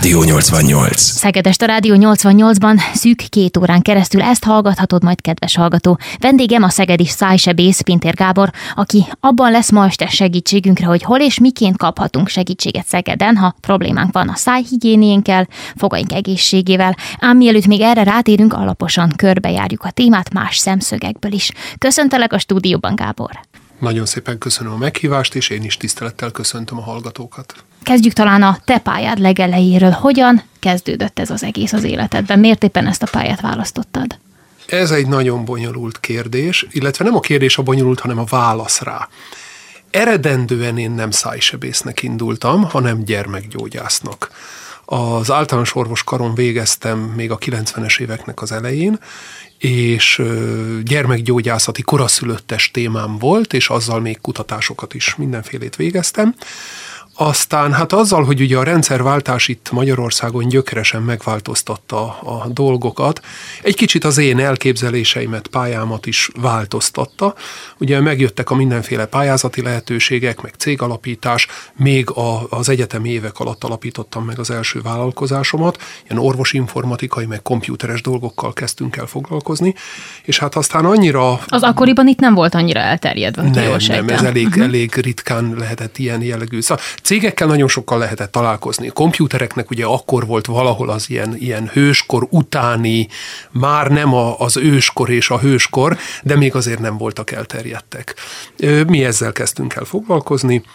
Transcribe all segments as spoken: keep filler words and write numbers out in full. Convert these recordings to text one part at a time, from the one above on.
Rádió nyolcvannyolc. Szegedest a Rádió nyolcvannyolcban szűk két órán keresztül ezt hallgathatod majd, kedves hallgató. Vendégem a szegedi szájsebész Pintér Gábor, aki abban lesz ma este segítségünkre, hogy hol és miként kaphatunk segítséget Szegeden, ha problémánk van a szájhigiéniénkkel, fogaink egészségével. Ám mielőtt még erre rátérünk, alaposan körbejárjuk a témát más szemszögekből is. Köszöntelek a stúdióban, Gábor. Nagyon szépen köszönöm a meghívást, és én is tisztelettel köszöntöm a hallgatókat. Kezdjük talán a te pályád legelejéről. Hogyan kezdődött ez az egész az életedben? Miért éppen ezt a pályát választottad? Ez egy nagyon bonyolult kérdés, illetve nem a kérdés a bonyolult, hanem a válasz rá. Eredendően én nem szájsebésznek indultam, hanem gyermekgyógyásznak. Az általános orvoskaron végeztem még a kilencvenes éveknek az elején, és gyermekgyógyászati koraszülöttes témám volt, és azzal még kutatásokat is mindenfélét végeztem. Aztán hát azzal, hogy ugye a rendszerváltás itt Magyarországon gyökeresen megváltoztatta a dolgokat, egy kicsit az én elképzeléseimet, pályámat is változtatta. Ugye megjöttek a mindenféle pályázati lehetőségek, meg cégalapítás, még a, az egyetemi évek alatt alapítottam meg az első vállalkozásomat, ilyen orvosinformatikai, meg komputeres dolgokkal kezdtünk el foglalkozni, és hát aztán annyira... Az akkoriban itt nem volt annyira elterjedve, hogy nem, jól nem, ez elég, uh-huh. elég ritkán lehetett ilyen jellegű. Szóval cégekkel nagyon sokkal lehetett találkozni. A komputereknek ugye akkor volt valahol az ilyen, ilyen hőskor utáni, már nem a, az őskor és a hőskor, de még azért nem voltak elterjedtek. Mi ezzel kezdtünk el foglalkozni,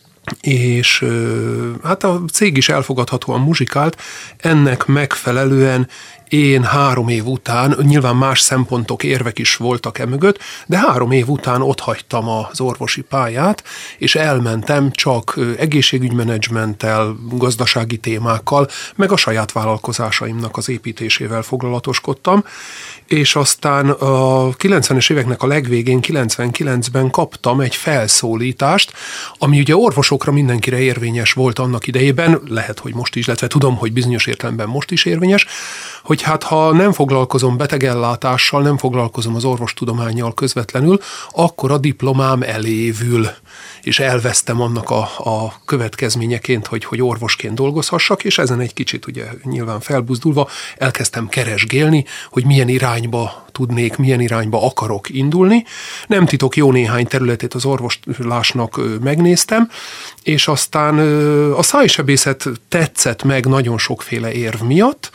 és hát a cég is elfogadhatóan muzsikált, ennek megfelelően én három év után, nyilván más szempontok, érvek is voltak emögött, de három év után otthagytam az orvosi pályát, és elmentem csak egészségügymenedzsmenttel, gazdasági témákkal, meg a saját vállalkozásaimnak az építésével foglalatoskodtam, és aztán a kilencvenes éveknek a legvégén, kilencvenkilencben kaptam egy felszólítást, ami ugye orvosokra mindenkire érvényes volt annak idejében, lehet, hogy most is, illetve tudom, hogy bizonyos értelemben most is érvényes, hogy hát ha nem foglalkozom betegellátással, nem foglalkozom az orvostudománnyal közvetlenül, akkor a diplomám elévül, és elvesztem annak a, a következményeként, hogy, hogy orvosként dolgozhassak, és ezen egy kicsit ugye nyilván felbuzdulva elkezdtem keresgélni, hogy milyen irányba tudnék, milyen irányba akarok indulni. Nem titok, jó néhány területét az orvoslásnak megnéztem, és aztán a szájsebészet tetszett meg nagyon sokféle érv miatt,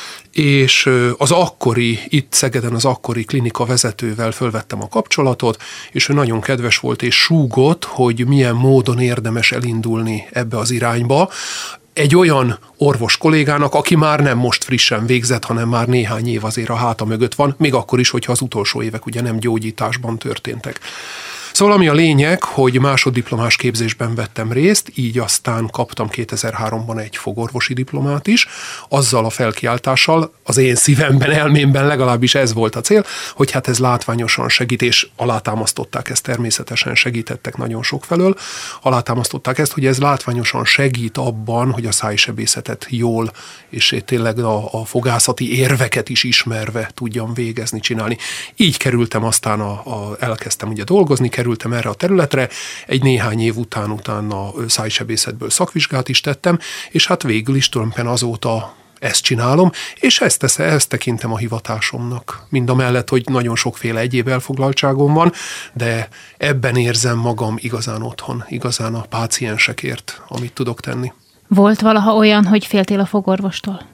és az akkori, itt Szegeden az akkori klinika vezetővel fölvettem a kapcsolatot, és ő nagyon kedves volt és súgott, hogy milyen módon érdemes elindulni ebbe az irányba. Egy olyan orvos kollégának, aki már nem most frissen végzett, hanem már néhány év azért a háta mögött van, még akkor is, hogyha az utolsó évek ugye nem gyógyításban történtek. Szóval ami a lényeg, hogy másoddiplomás képzésben vettem részt, így aztán kaptam kétezer-háromban egy fogorvosi diplomát is, azzal a felkiáltással, az én szívemben, elmémben legalábbis ez volt a cél, hogy hát ez látványosan segít, és alátámasztották ezt, természetesen segítettek nagyon sokfelől, alátámasztották ezt, hogy ez látványosan segít abban, hogy a szájsebészetet jól, és tényleg a, a fogászati érveket is ismerve tudjam végezni, csinálni. Így kerültem aztán, a, a, elkezdtem ugye dolgozni, kerültem erre a területre, egy néhány év után utána szájsebészetből szakvizsgát is tettem, és hát végül is tulajdonképpen azóta ezt csinálom, és ezt, ezt, ezt tekintem a hivatásomnak. Mind a mellett, hogy nagyon sokféle egyéb elfoglaltságom van, de ebben érzem magam igazán otthon, igazán a páciensekért, amit tudok tenni. Volt valaha olyan, hogy féltél a fogorvostól?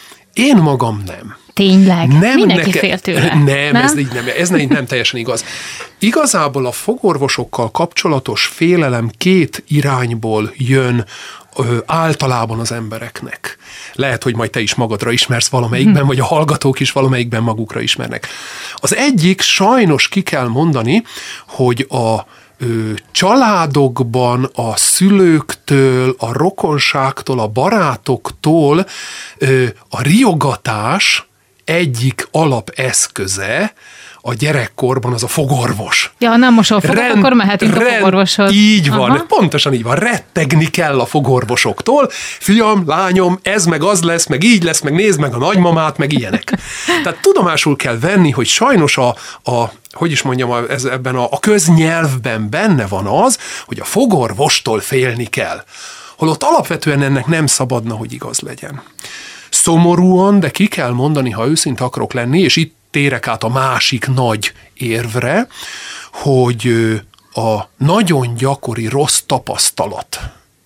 Én magam nem. Tényleg? Nem, Mindenki neke, fél tőle. Nem, nem? Ez, így nem, ez nem, nem teljesen igaz. Igazából a fogorvosokkal kapcsolatos félelem két irányból jön ö, általában az embereknek. Lehet, hogy majd te is magadra ismersz valamelyikben, vagy a hallgatók is valamelyikben magukra ismernek. Az egyik, sajnos ki kell mondani, hogy a Ö, családokban, a szülőktől, a rokonságtól, a barátoktól ö, a riogatás egyik alapeszköze a gyerekkorban az a fogorvos. Ja, nem mosol fogat, rend, akkor mehetünk rend, a fogorvoshoz. Így van, aha. Pontosan így van. Rettegni kell a fogorvosoktól. Fiam, lányom, ez meg az lesz, meg így lesz, meg nézd meg a nagymamát, meg ilyenek. Tehát tudomásul kell venni, hogy sajnos a, a hogy is mondjam, ez, ebben a, a köznyelvben benne van az, hogy a fogorvostól félni kell. holott alapvetően ennek nem szabadna, hogy igaz legyen. Szomorúan, de ki kell mondani, ha őszinte akarok lenni, és itt térek át a másik nagy érvre, hogy a nagyon gyakori rossz tapasztalat,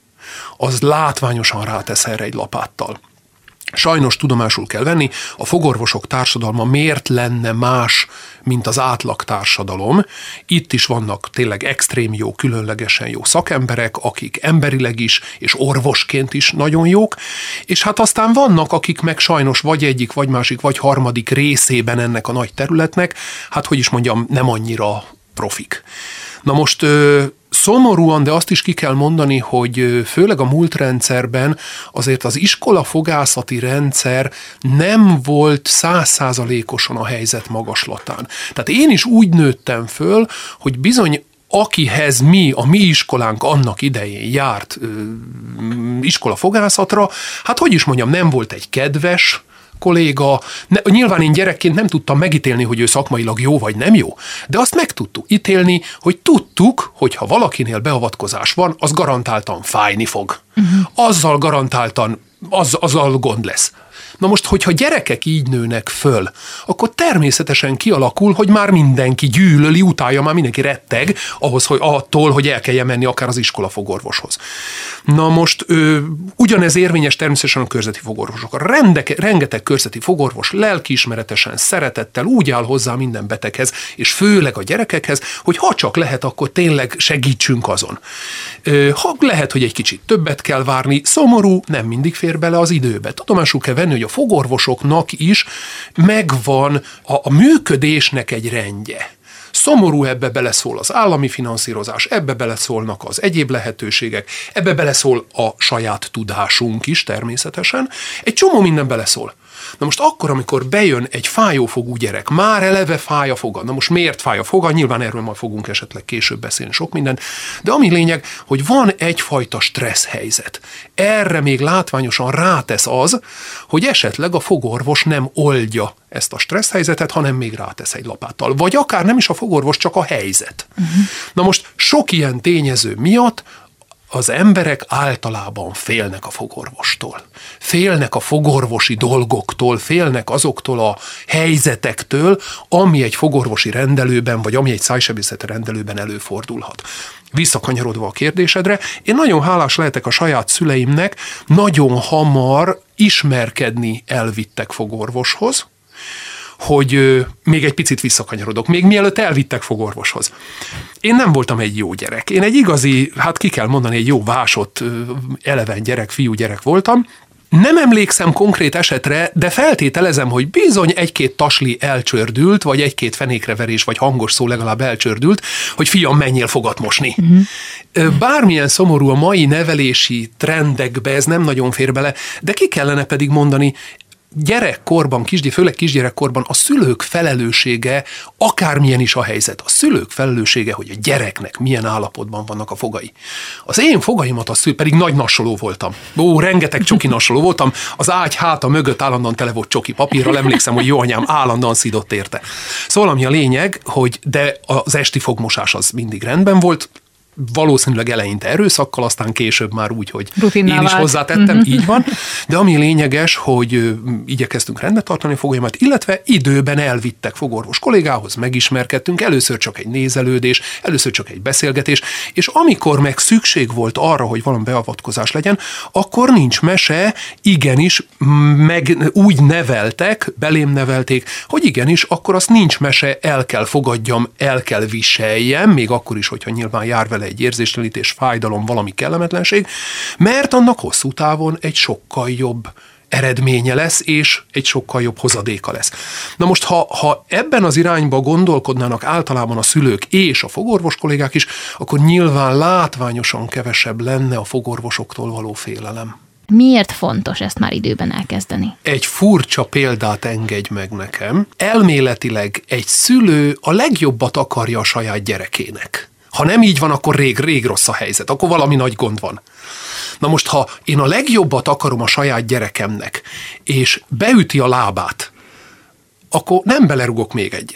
az látványosan rátesz erre egy lapáttal. Sajnos tudomásul kell venni, a fogorvosok társadalma miért lenne más, mint az átlag társadalom. Itt is vannak tényleg extrém jó, különlegesen jó szakemberek, akik emberileg is, és orvosként is nagyon jók, és hát aztán vannak, akik meg sajnos vagy egyik, vagy másik, vagy harmadik részében ennek a nagy területnek, hát hogy is mondjam, nem annyira profik. Na most szomorúan, de azt is ki kell mondani, hogy főleg a múlt rendszerben azért az iskola fogászati rendszer nem volt százszázalékosan a helyzet magaslatán. Tehát én is úgy nőttem föl, hogy bizony akihez mi, a mi iskolánk annak idején járt ö, iskolafogászatra, hát hogy is mondjam, nem volt egy kedves kolléga, ne, nyilván én gyerekként nem tudtam megítélni, hogy ő szakmailag jó vagy nem jó, de azt meg tudtuk ítélni, hogy tudtuk, hogy ha valakinél beavatkozás van, az garantáltan fájni fog. Uh-huh. Azzal garantáltan, az, azzal gond lesz. Na most, hogyha gyerekek így nőnek föl, akkor természetesen kialakul, hogy már mindenki gyűlöli, utálja, már mindenki retteg ahhoz, hogy attól, hogy el kelljen menni akár az iskolafogorvoshoz. Na most ö, ugyanez érvényes természetesen a körzeti fogorvosokra. Rendeke, rengeteg körzeti fogorvos lelkiismeretesen, szeretettel úgy áll hozzá minden beteghez, és főleg a gyerekekhez, hogy ha csak lehet, akkor tényleg segítsünk azon. Ö, ha lehet, hogy egy kicsit többet kell várni, szomorú, nem mindig fér bele az időbe. Tudomásul kell venni, hogy a fogorvosoknak is megvan a, a működésnek egy rendje. Szomorú, ebbe beleszól az állami finanszírozás, ebbe beleszólnak az egyéb lehetőségek, ebbe beleszól a saját tudásunk is természetesen. Egy csomó minden beleszól. Na most akkor, amikor bejön egy fájófogú gyerek, már eleve fáj a foga. Na most miért fáj a foga? Nyilván erről majd fogunk esetleg később beszélni sok mindent, de ami lényeg, hogy van egyfajta stressz helyzet. Erre még látványosan rátesz az, hogy esetleg a fogorvos nem oldja ezt a stressz helyzetet, hanem még rátesz egy lapáttal. Vagy akár nem is a fogorvos, csak a helyzet. Uh-huh. Na most sok ilyen tényező miatt az emberek általában félnek a fogorvostól. Félnek a fogorvosi dolgoktól, félnek azoktól a helyzetektől, ami egy fogorvosi rendelőben, vagy ami egy szájsebészeti rendelőben előfordulhat. Visszakanyarodva a kérdésedre, én nagyon hálás lehetek a saját szüleimnek, nagyon hamar ismerkedni elvittek fogorvoshoz, hogy ö, még egy picit visszakanyarodok, még mielőtt elvittek fogorvoshoz. Én nem voltam egy jó gyerek. Én egy igazi, hát ki kell mondani, egy jó vásott, ö, eleven gyerek, fiú gyerek voltam. Nem emlékszem konkrét esetre, de feltételezem, hogy bizony egy-két tasli elcsördült, vagy egy-két fenékreverés, vagy hangos szó legalább elcsördült, hogy fiam, menjél fogat mosni. Uh-huh. Bármilyen szomorú a mai nevelési trendekbe, ez nem nagyon fér bele, de ki kellene pedig mondani, gyerekkorban, kisgyerek, főleg kisgyerekkorban a szülők felelőssége, akármilyen is a helyzet, a szülők felelőssége, hogy a gyereknek milyen állapotban vannak a fogai. Az én fogaimat a szülő, pedig nagy nasoló voltam. Ó, rengeteg csoki nasoló voltam, az ágy háta mögött állandóan tele volt csoki papírral, emlékszem, hogy jó anyám állandóan szidott érte. Szóval ami a lényeg, hogy de az esti fogmosás az mindig rendben volt, valószínűleg eleinte erőszakkal, aztán később már úgy, hogy Rutinnál én is vált. Hozzátettem, uh-huh. Így van. De ami lényeges, hogy igyekeztünk rendet tartani a fogaimat, illetve időben elvittek fogorvos kollégához, megismerkedtünk, először csak egy nézelődés, először csak egy beszélgetés, és amikor meg szükség volt arra, hogy valami beavatkozás legyen, akkor nincs mese, igenis, meg úgy neveltek, belém nevelték, hogy igenis, akkor azt nincs mese, el kell fogadjam, el kell viseljem, még akkor is, hogyha nyilván jár vele egy érzéstelenítés, fájdalom, valami kellemetlenség, mert annak hosszú távon egy sokkal jobb eredménye lesz, és egy sokkal jobb hozadéka lesz. Na most, ha, ha ebben az irányba gondolkodnának általában a szülők és a fogorvos kollégák is, akkor nyilván látványosan kevesebb lenne a fogorvosoktól való félelem. Miért fontos ezt már időben elkezdeni? Egy furcsa példát engedj meg nekem. Elméletileg egy szülő a legjobbat akarja a saját gyerekének. Ha nem így van, akkor rég, rég rossz a helyzet, akkor valami nagy gond van. Na most, ha én a legjobbat akarom a saját gyerekemnek, és beüti a lábát, akkor nem belerugok még egyet.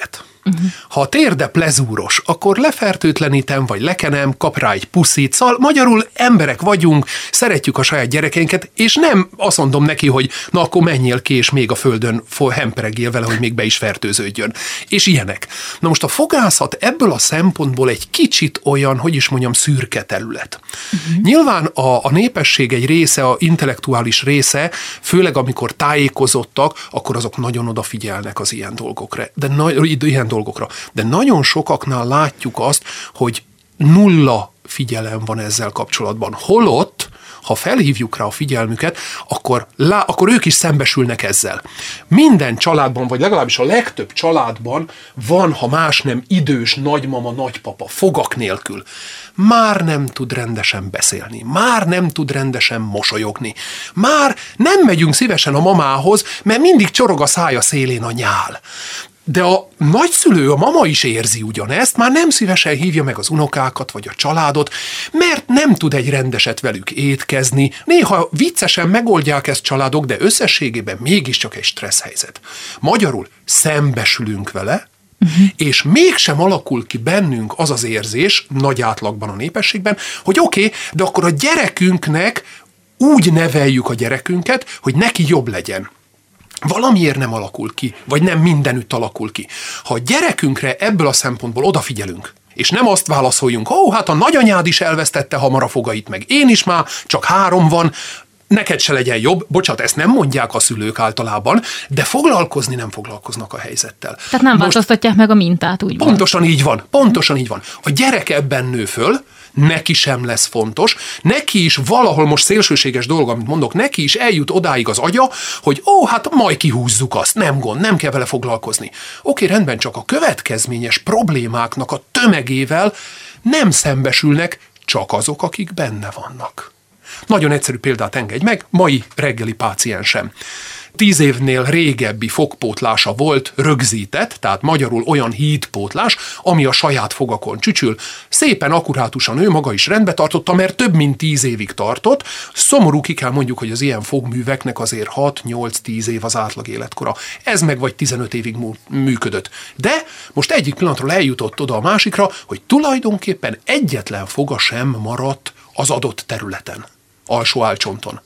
Uh-huh. Ha a térde plezúros, akkor lefertőtlenítem, vagy lekenem, kap rá egy puszit. Szóval magyarul emberek vagyunk, szeretjük a saját gyerekeinket, és nem azt mondom neki, hogy na akkor menjél ki, és még a földön hemperegél vele, hogy még be is fertőződjön. És ilyenek. Na most a fogászat ebből a szempontból egy kicsit olyan, hogy is mondjam, szürke terület. Uh-huh. Nyilván a, a népesség egy része, a intellektuális része, főleg amikor tájékozottak, akkor azok nagyon odafigyelnek az ilyen dolgokra. De na, ilyen dolgokra. De nagyon sokaknál látjuk azt, hogy nulla figyelem van ezzel kapcsolatban. Holott, ha felhívjuk rá a figyelmüket, akkor, lá, akkor ők is szembesülnek ezzel. Minden családban, vagy legalábbis a legtöbb családban van, ha más nem, idős nagymama, nagypapa, fogak nélkül. Már nem tud rendesen beszélni, már nem tud rendesen mosolyogni, már nem megyünk szívesen a mamához, mert mindig csorog a szája szélén a nyál. De a nagyszülő, a mama is érzi ugyanezt, már nem szívesen hívja meg az unokákat vagy a családot, mert nem tud egy rendeset velük étkezni. Néha viccesen megoldják ezt családok, de összességében mégiscsak egy stressz helyzet. Magyarul szembesülünk vele, uh-huh. és mégsem alakul ki bennünk az az érzés, nagy átlagban a népességben, hogy oké, okay, de akkor a gyerekünknek úgy neveljük a gyerekünket, hogy neki jobb legyen. Valamiért nem alakul ki, vagy nem mindenütt alakul ki. Ha a gyerekünkre ebből a szempontból odafigyelünk, és nem azt válaszoljunk, ó, hát a nagyanyád is elvesztette hamar a fogait, meg én is már, csak három van, neked se legyen jobb, bocsánat, ezt nem mondják a szülők általában, de foglalkozni nem foglalkoznak a helyzettel. Tehát nem Most változtatják meg a mintát, úgy van. Pontosan így van, pontosan így van. A gyerek ebben nő föl, neki sem lesz fontos, neki is valahol most szélsőséges dolog, amit mondok, neki is eljut odáig az agya, hogy ó, hát majd kihúzzuk azt, nem gond, nem kell vele foglalkozni. Oké, rendben, csak a következményes problémáknak a tömegével nem szembesülnek csak azok, akik benne vannak. Nagyon egyszerű példát engedj meg, mai reggeli páciensem. Tíz évnél régebbi fogpótlása volt rögzített, tehát magyarul olyan hídpótlás, ami a saját fogakon csücsül. Szépen akkurátusan ő maga is rendbe tartotta, mert több mint tíz évig tartott. Szomorú, ki kell mondjuk, hogy az ilyen fogműveknek azért hat-nyolc-tíz év az átlag életkora. Ez meg vagy tizenöt évig működött. De most egyik pillanatról eljutott oda a másikra, hogy tulajdonképpen egyetlen foga sem maradt az adott területen, alsó állcsonton.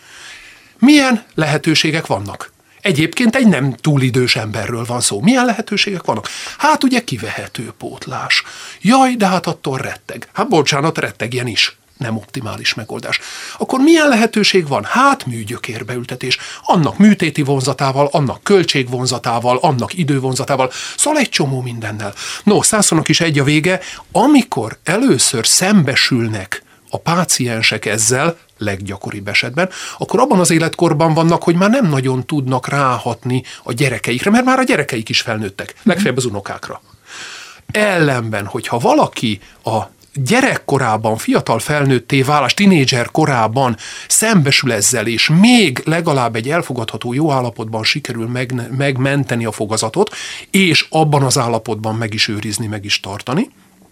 Milyen lehetőségek vannak? Egyébként egy nem túl idős emberről van szó. Milyen lehetőségek vannak? Hát ugye kivehető pótlás. Jaj, de hát attól retteg. Hát bocsánat, rettegjen is. Nem optimális megoldás. Akkor milyen lehetőség van? Hát műgyökérbeültetés. Annak műtéti vonzatával, annak költségvonzatával, annak idővonzatával. Szóval egy csomó mindennel. No, százszornak is egy a vége. Amikor először szembesülnek a páciensek ezzel, leggyakoribb esetben, akkor abban az életkorban vannak, hogy már nem nagyon tudnak ráhatni a gyerekeikre, mert már a gyerekeik is felnőttek, legfeljebb az unokákra. Ellenben, hogyha valaki a gyerekkorában, fiatal felnőtté válás, tinédzser korában szembesül ezzel, és még legalább egy elfogadható jó állapotban sikerül meg, megmenteni a fogazatot, és abban az állapotban meg is őrizni, meg is tartani,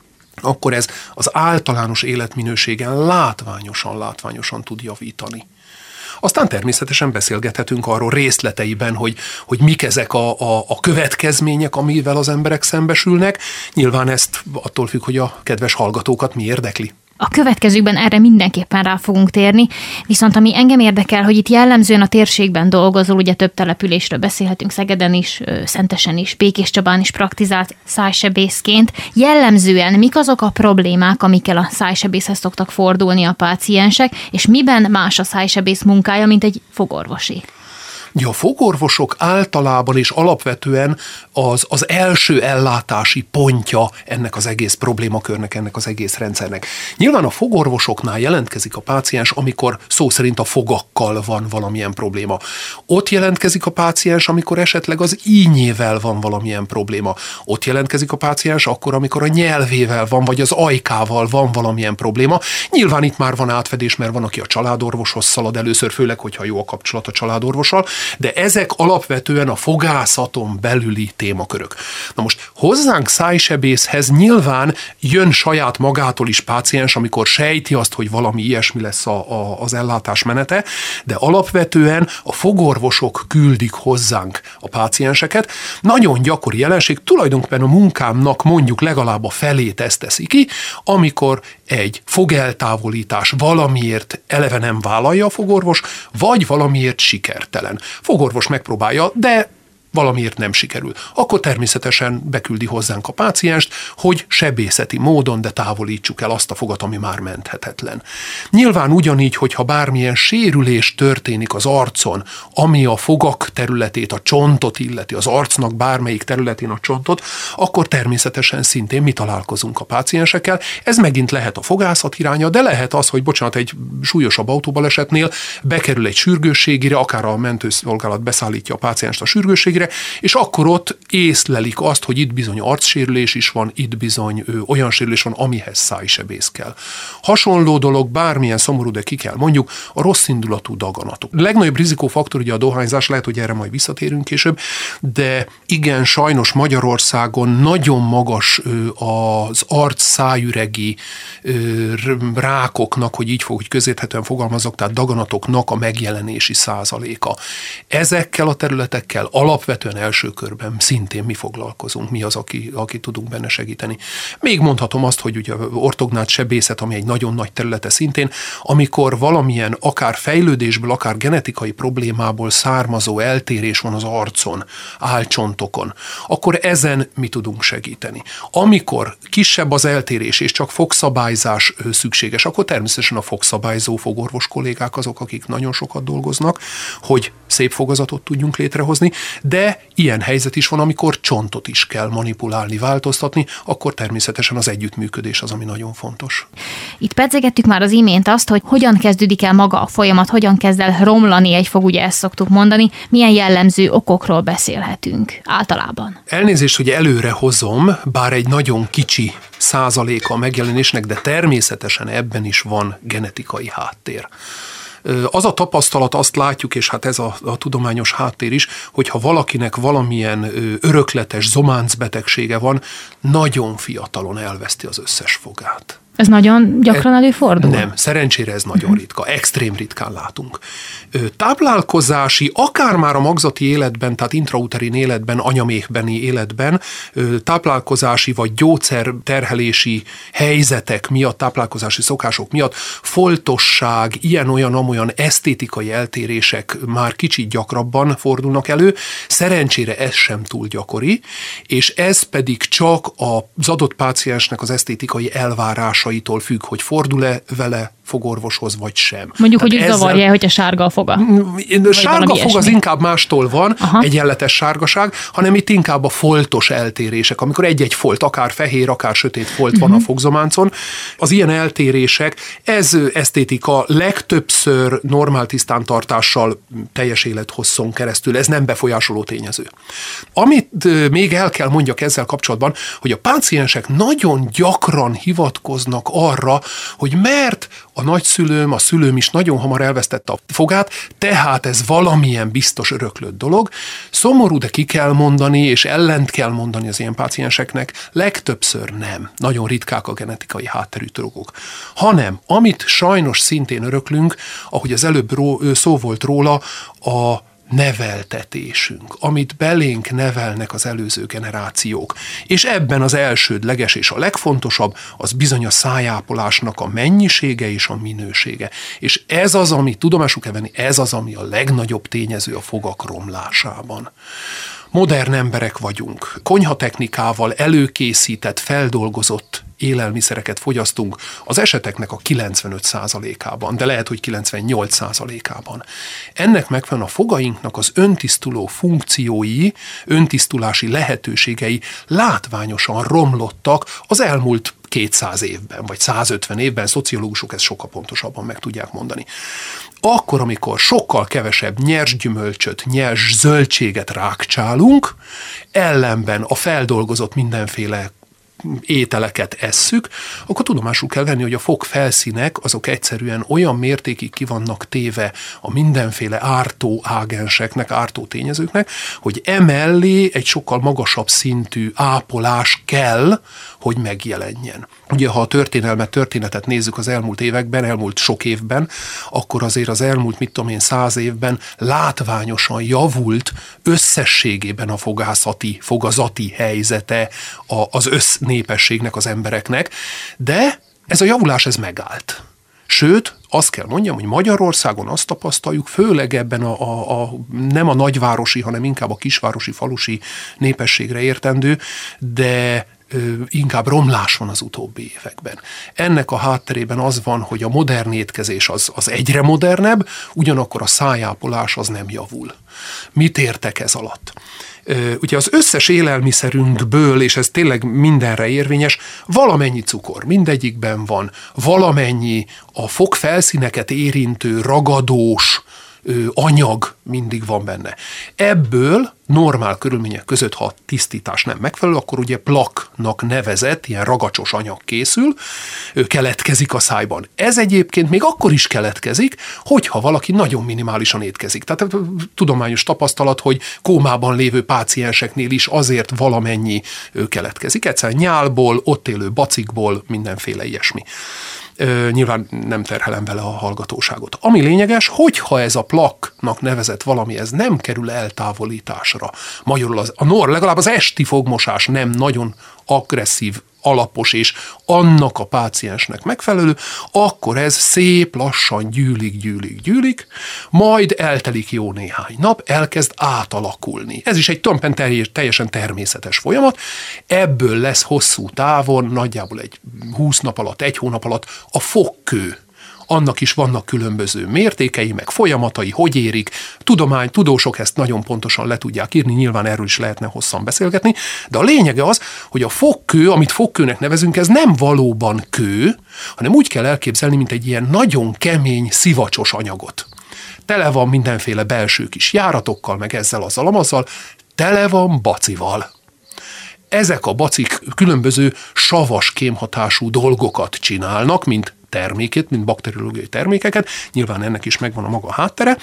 akkor ez az általános életminőségen látványosan, látványosan tud javítani. Aztán természetesen beszélgethetünk arról részleteiben, hogy, hogy mik ezek a, a, a következmények, amivel az emberek szembesülnek. Nyilván ezt attól függ, hogy a kedves hallgatókat mi érdekli. A következőkben erre mindenképpen rá fogunk térni, viszont ami engem érdekel, hogy itt jellemzően a térségben dolgozol, ugye több településről beszélhetünk, Szegeden is, Szentesen is, Békéscsabán is praktizált szájsebészként. Jellemzően mik azok a problémák, amikkel a szájsebészhez szoktak fordulni a páciensek, és miben más a szájsebész munkája, mint egy fogorvosi? Ja, a fogorvosok általában és alapvetően az, az első ellátási pontja ennek az egész problémakörnek, ennek az egész rendszernek. Nyilván a fogorvosoknál jelentkezik a páciens, amikor szó szerint a fogakkal van valamilyen probléma. Ott jelentkezik a páciens, amikor esetleg az ínyével van valamilyen probléma. Ott jelentkezik a páciens akkor, amikor a nyelvével van, vagy az ajkával van valamilyen probléma. Nyilván itt már van átfedés, mert van, aki a családorvoshoz szalad először, főleg, hogyha jó a kapcsolat a családorvossal, De ezek alapvetően a fogászaton belüli témakörök. Na most hozzánk szájsebészhez nyilván jön saját magától is páciens, amikor sejti azt, hogy valami ilyesmi lesz a, a, az ellátás menete, de alapvetően a fogorvosok küldik hozzánk a pácienseket. Nagyon gyakori jelenség, tulajdonképpen a munkámnak mondjuk legalább a felét ezt teszi ki, amikor egy fogeltávolítás valamiért eleve nem vállalja a fogorvos, vagy valamiért sikertelen. Fogorvos megpróbálja, de valamiért nem sikerül. Akkor természetesen beküldi hozzánk a pácienst, hogy sebészeti módon, de távolítsuk el azt a fogat, ami már menthetetlen. Nyilván ugyanígy, hogyha bármilyen sérülés történik az arcon, ami a fogak területét, a csontot illeti, az arcnak bármelyik területén a csontot, akkor természetesen szintén mi találkozunk a páciensekkel. Ez megint lehet a fogászat iránya, de lehet az, hogy bocsánat, egy súlyosabb autóbalesetnél bekerül egy sürgősségire, akár a mentőszolgálat beszállítja a pácienst a sürgősségire, és akkor ott észlelik azt, hogy itt bizony arcsérülés is van, itt bizony ö, olyan sérülés van, amihez szájsebész kell. Hasonló dolog, bármilyen szomorú, de ki kell mondjuk, a rossz indulatú daganatok. A legnagyobb rizikófaktor ugye a dohányzás, lehet, hogy erre majd visszatérünk később, de igen, sajnos Magyarországon nagyon magas ö, az arc-szájüregi ö, rákoknak, hogy így fog, hogy közérthetően fogalmazok, tehát daganatoknak a megjelenési százaléka. Ezekkel a területekkel alapvetően Alapvetően első körben szintén mi foglalkozunk, mi az, aki, aki tudunk benne segíteni. Még mondhatom azt, hogy ugye ortognát sebészet, ami egy nagyon nagy területe szintén, amikor valamilyen akár fejlődésből, akár genetikai problémából származó eltérés van az arcon, álcsontokon, akkor ezen mi tudunk segíteni. Amikor kisebb az eltérés és csak fogszabályzás szükséges, akkor természetesen a fogszabályzó fogorvos kollégák azok, akik nagyon sokat dolgoznak, hogy szép fogazatot tudjunk létrehozni, de ilyen helyzet is van, amikor csontot is kell manipulálni, változtatni, akkor természetesen az együttműködés az, ami nagyon fontos. Itt pedzegettük már az imént azt, hogy hogyan kezdődik el maga a folyamat, hogyan kezd el romlani egy fog, ugye ezt szoktuk mondani, milyen jellemző okokról beszélhetünk általában. Elnézést, hogy előre hozom, bár egy nagyon kicsi százaléka a megjelenésnek, de természetesen ebben is van genetikai háttér. Az a tapasztalat, azt látjuk, és hát ez a, a tudományos háttér is, hogyha valakinek valamilyen örökletes zománcbetegsége van, nagyon fiatalon elveszti az összes fogát. Ez nagyon gyakran előfordul? Nem, szerencsére ez nagyon ritka, extrém ritkán látunk. Táplálkozási, akár már a magzati életben, tehát intrauterin életben, anyaméhbeni életben, táplálkozási vagy gyógyszerterhelési helyzetek miatt, táplálkozási szokások miatt foltosság, ilyen-olyan-amolyan esztétikai eltérések már kicsit gyakrabban fordulnak elő, szerencsére ez sem túl gyakori, és ez pedig csak az adott páciensnek az esztétikai elvárásaitól függ, hogy fordul-e vele fogorvoshoz, vagy sem. Mondjuk, tehát hogy ezzel... zavarja, hogy a sárga a foga? Sárga fog az inkább mástól van, aha, egyenletes sárgaság, hanem itt inkább a foltos eltérések, amikor egy-egy folt, akár fehér, akár sötét folt uh-huh. van a fogzománcon. Az ilyen eltérések, ez esztétika legtöbbször normál tisztántartással teljes élethosszon keresztül, ez nem befolyásoló tényező. Amit még el kell mondjak ezzel kapcsolatban, hogy a páciensek nagyon gyakran hivatkoznak arra, hogy mert a nagyszülőm, a szülőm is nagyon hamar elvesztette a fogát, tehát ez valamilyen biztos öröklött dolog. Szomorú, de ki kell mondani, és ellent kell mondani az ilyen pácienseknek, legtöbbször nem. Nagyon ritkák a genetikai hátterű dolgok. Hanem, amit sajnos szintén öröklünk, ahogy az előbb szó volt róla, a neveltetésünk, amit belénk nevelnek az előző generációk. És ebben az elsődleges és a legfontosabb, az bizony a szájápolásnak a mennyisége és a minősége. És ez az, ami tudomásul kell venni, ez az, ami a legnagyobb tényező a fogak romlásában. Modern emberek vagyunk. Konyhatechnikával előkészített, feldolgozott élelmiszereket fogyasztunk az eseteknek a kilencvenöt százalékában, de lehet, hogy kilencvennyolc százalékában. Ennek megfelelően a fogainknak az öntisztuló funkciói, öntisztulási lehetőségei látványosan romlottak az elmúlt kétszáz évben, vagy százötven évben, szociológusok ezt sokkal pontosabban meg tudják mondani. Akkor, amikor sokkal kevesebb nyers gyümölcsöt, nyers zöldséget rákcsálunk, ellenben a feldolgozott mindenféle ételeket esszük, akkor tudomásul kell venni, hogy a fogfelszínek azok egyszerűen olyan mértékig ki vannak téve a mindenféle ártó ágenseknek, ártó tényezőknek, hogy emellé egy sokkal magasabb szintű ápolás kell, hogy megjelenjen. Ugye, ha a történelmet, történetet nézzük az elmúlt években, elmúlt sok évben, akkor azért az elmúlt, mit tudom én, száz évben látványosan javult összességében a fogászati, fogazati helyzete az össznépességnek, az embereknek, de ez a javulás, ez megállt. Sőt, azt kell mondjam, hogy Magyarországon azt tapasztaljuk, főleg ebben a, a, a nem a nagyvárosi, hanem inkább a kisvárosi, falusi népességre értendő, de inkább romlás van az utóbbi években. Ennek a hátterében az van, hogy a modern étkezés az, az egyre modernebb, ugyanakkor a szájápolás az nem javul. Mit értek ez alatt? Ugye az összes élelmiszerünkből, és ez tényleg mindenre érvényes, valamennyi cukor, mindegyikben van, valamennyi a fogfelszíneket érintő ragadós anyag mindig van benne. Ebből normál körülmények között, ha a tisztítás nem megfelelő, akkor ugye plaknak nevezett, ilyen ragacsos anyag készül, keletkezik a szájban. Ez egyébként még akkor is keletkezik, hogyha valaki nagyon minimálisan étkezik. Tehát tudományos tapasztalat, hogy kómában lévő pácienseknél is azért valamennyi keletkezik. Egyszerűen nyálból, ott élő bacikból, mindenféle ilyesmi. Nyilván nem terhelem vele a hallgatóságot. Ami lényeges, hogyha ez a plaknak nevezett valami, ez nem kerül eltávolításra. Magyarul az, a nor, legalább az esti fogmosás nem nagyon agresszív, alapos és annak a páciensnek megfelelő, akkor ez szép lassan gyűlik, gyűlik, gyűlik, majd eltelik jó néhány nap, elkezd átalakulni. Ez is egy tulajdonképpen teljesen természetes folyamat, ebből lesz hosszú távon, nagyjából egy húsz nap alatt, egy hónap alatt a fogkő. Annak is vannak különböző mértékei, meg folyamatai, hogy érik. Tudomány, tudósok ezt nagyon pontosan le tudják írni, nyilván erről is lehetne hosszan beszélgetni, de a lényege az, hogy a fogkő, amit fogkőnek nevezünk, ez nem valóban kő, hanem úgy kell elképzelni, mint egy ilyen nagyon kemény, szivacsos anyagot. Tele van mindenféle belső kis járatokkal, meg ezzel, azzal, amazzal, tele van bacival. Ezek a bacik különböző savas kémhatású dolgokat csinálnak, mint termékét, mint bakteriológiai termékeket, nyilván ennek is megvan a maga háttere.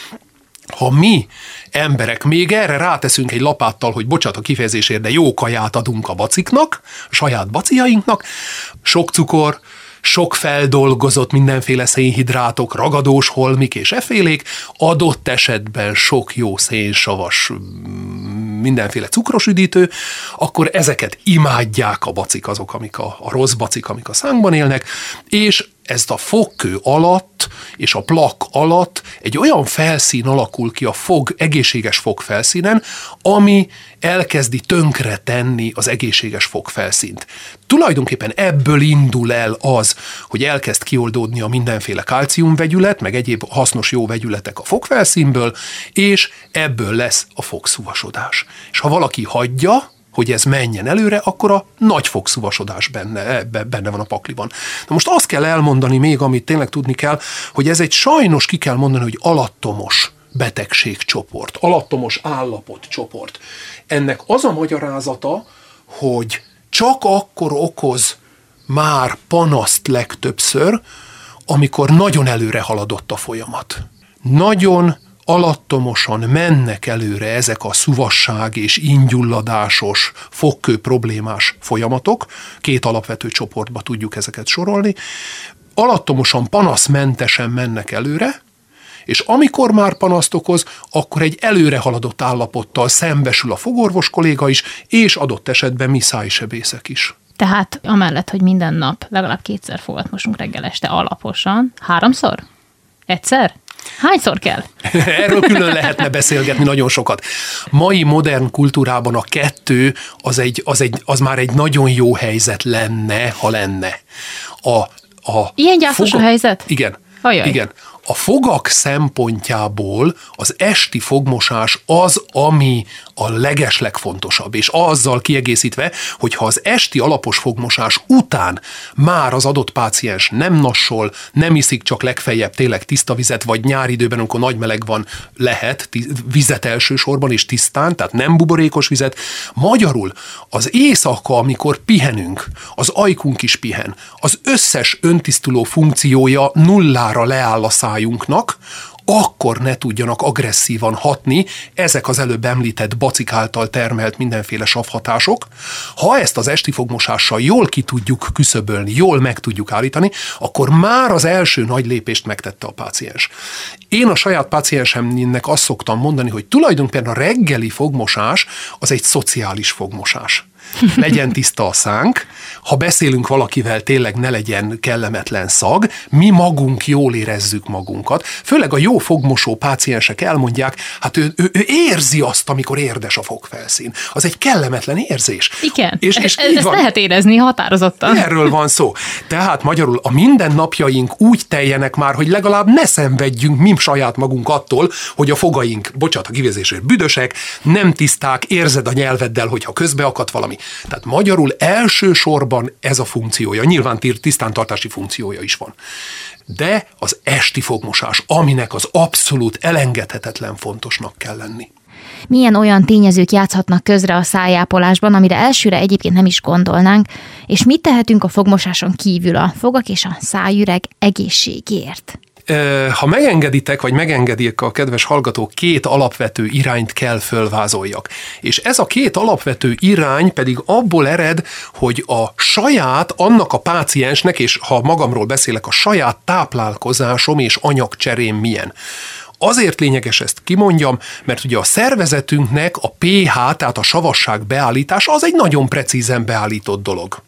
Ha mi emberek még erre ráteszünk egy lapáttal, hogy bocsánat a kifejezésért, de jó kaját adunk a baciknak, a saját baciainknak, sok cukor, sok feldolgozott mindenféle szénhidrátok, ragadós holmik és efélék, adott esetben sok jó szénsavas mindenféle cukros üdítő, akkor ezeket imádják a bacik, azok, amik a, a rossz bacik, amik a szánkban élnek, és ezt a fogkő alatt és a plak alatt egy olyan felszín alakul ki a fog, egészséges fogfelszínen, ami elkezdi tönkretenni az egészséges fogfelszínt. Tulajdonképpen ebből indul el az, hogy elkezd kioldódni a mindenféle kálciumvegyület, meg egyéb hasznos jó vegyületek a fogfelszínből, és ebből lesz a fogszúvasodás. És ha valaki hagyja, hogy ez menjen előre, akkor a nagy fogszúvasodás benne, benne van a pakliban. Na most azt kell elmondani még, amit tényleg tudni kell, hogy ez egy sajnos ki kell mondani, hogy alattomos betegségcsoport, alattomos állapotcsoport. Ennek az a magyarázata, hogy csak akkor okoz már panaszt legtöbbször, amikor nagyon előre haladott a folyamat. Nagyon alattomosan mennek előre ezek a szuvasság és ingyulladásos, fogkő problémás folyamatok, két alapvető csoportba tudjuk ezeket sorolni, alattomosan panaszmentesen mennek előre, és amikor már panaszt okoz, akkor egy előre haladott állapottal szembesül a fogorvos kolléga is, és adott esetben mi szájsebészek is. Tehát amellett, hogy minden nap legalább kétszer fogat mosunk reggel este alaposan, háromszor? Egyszer? Hányszor kell? Erről külön lehetne beszélgetni nagyon sokat. Mai modern kultúrában a kettő az, egy, az, egy, az már egy nagyon jó helyzet lenne, ha lenne. A, a Ilyen gyászos foga- a helyzet? Igen. Ajaj. Igen. a fogak szempontjából az esti fogmosás az, ami a legeslegfontosabb, és azzal kiegészítve, hogyha az esti alapos fogmosás után már az adott páciens nem nassol, nem iszik csak legfeljebb tényleg tiszta vizet, vagy nyári időben, amikor nagy meleg van, lehet vizet elsősorban, és tisztán, tehát nem buborékos vizet. Magyarul az éjszaka, amikor pihenünk, az ajkunk is pihen, az összes öntisztuló funkciója nullára leáll a szájunknak, akkor ne tudjanak agresszívan hatni ezek az előbb említett bacik által termelt mindenféle savhatások. Ha ezt az esti fogmosással jól ki tudjuk küszöbölni, jól meg tudjuk állítani, akkor már az első nagy lépést megtette a páciens. Én a saját páciensemnek azt szoktam mondani, hogy tulajdonképpen a reggeli fogmosás az egy szociális fogmosás. Legyen tiszta a szánk, ha beszélünk valakivel, tényleg ne legyen kellemetlen szag, mi magunk jól érezzük magunkat. Főleg a jó fogmosó páciensek elmondják, hát ő, ő, ő érzi azt, amikor érdes a fogfelszín. Az egy kellemetlen érzés. Igen, és, és e- ezt van. Lehet érezni határozottan. Erről van szó. Tehát magyarul a mindennapjaink úgy teljenek már, hogy legalább ne szenvedjünk mi saját magunk attól, hogy a fogaink, bocsánat a kifejezésért, büdösek, nem tiszták, érzed a nyelveddel, hogyha közbe akad valami. Tehát magyarul elsősorban ez a funkciója, nyilván tisztántartási funkciója is van. De az esti fogmosás, aminek az abszolút elengedhetetlen fontosnak kell lenni. Milyen olyan tényezők játszhatnak közre a szájápolásban, amire elsőre egyébként nem is gondolnánk, és mit tehetünk a fogmosáson kívül a fogak és a szájüreg egészségért? Ha megengeditek, vagy megengedik a kedves hallgatók, két alapvető irányt kell fölvázoljak. És ez a két alapvető irány pedig abból ered, hogy a saját, annak a páciensnek, és ha magamról beszélek, a saját táplálkozásom és anyagcserém milyen. Azért lényeges ezt kimondjam, mert ugye a szervezetünknek a pH, tehát a savasság beállítása az egy nagyon precízen beállított dolog.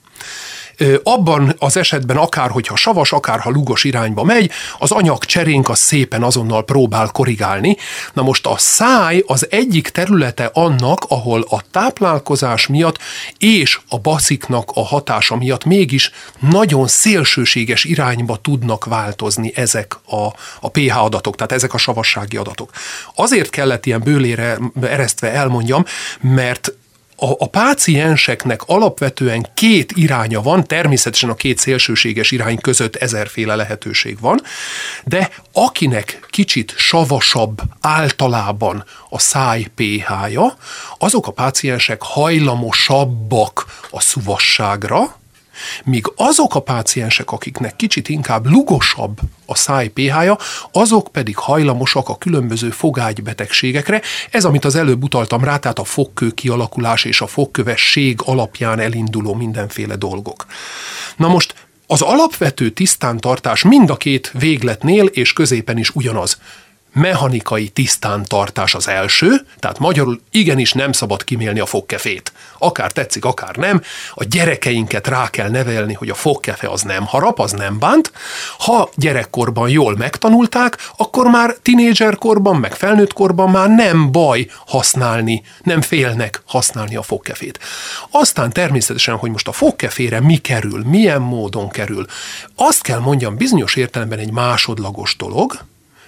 Abban az esetben akár, hogyha savas, akár ha lúgos irányba megy, az anyagcserénk az szépen azonnal próbál korrigálni. Na most a száj az egyik területe annak, ahol a táplálkozás miatt és a baciknak a hatása miatt mégis nagyon szélsőséges irányba tudnak változni ezek a, a pH adatok, tehát ezek a savassági adatok. Azért kellett ilyen bőlére eresztve elmondjam, mert A, a pácienseknek alapvetően két iránya van, természetesen a két szélsőséges irány között ezerféle lehetőség van, de akinek kicsit savasabb általában a száj pH-ja, azok a páciensek hajlamosabbak a szuvasságra, míg azok a páciensek, akiknek kicsit inkább lugosabb a száj pH-ja, azok pedig hajlamosak a különböző fogágybetegségekre. Ez, amit az előbb utaltam rá, tehát a fogkő kialakulás és a fogkövesség alapján elinduló mindenféle dolgok. Na most az alapvető tisztántartás mind a két végletnél és középen is ugyanaz. Mechanikai tisztántartás az első, tehát magyarul igenis nem szabad kimélni a fogkefét. Akár tetszik, akár nem, a gyerekeinket rá kell nevelni, hogy a fogkefe az nem harap, az nem bánt. Ha gyerekkorban jól megtanulták, akkor már tinédzserkorban, meg felnőttkorban már nem baj használni, nem félnek használni a fogkefét. Aztán természetesen, hogy most a fogkefére mi kerül, milyen módon kerül, azt kell mondjam, bizonyos értelemben egy másodlagos dolog.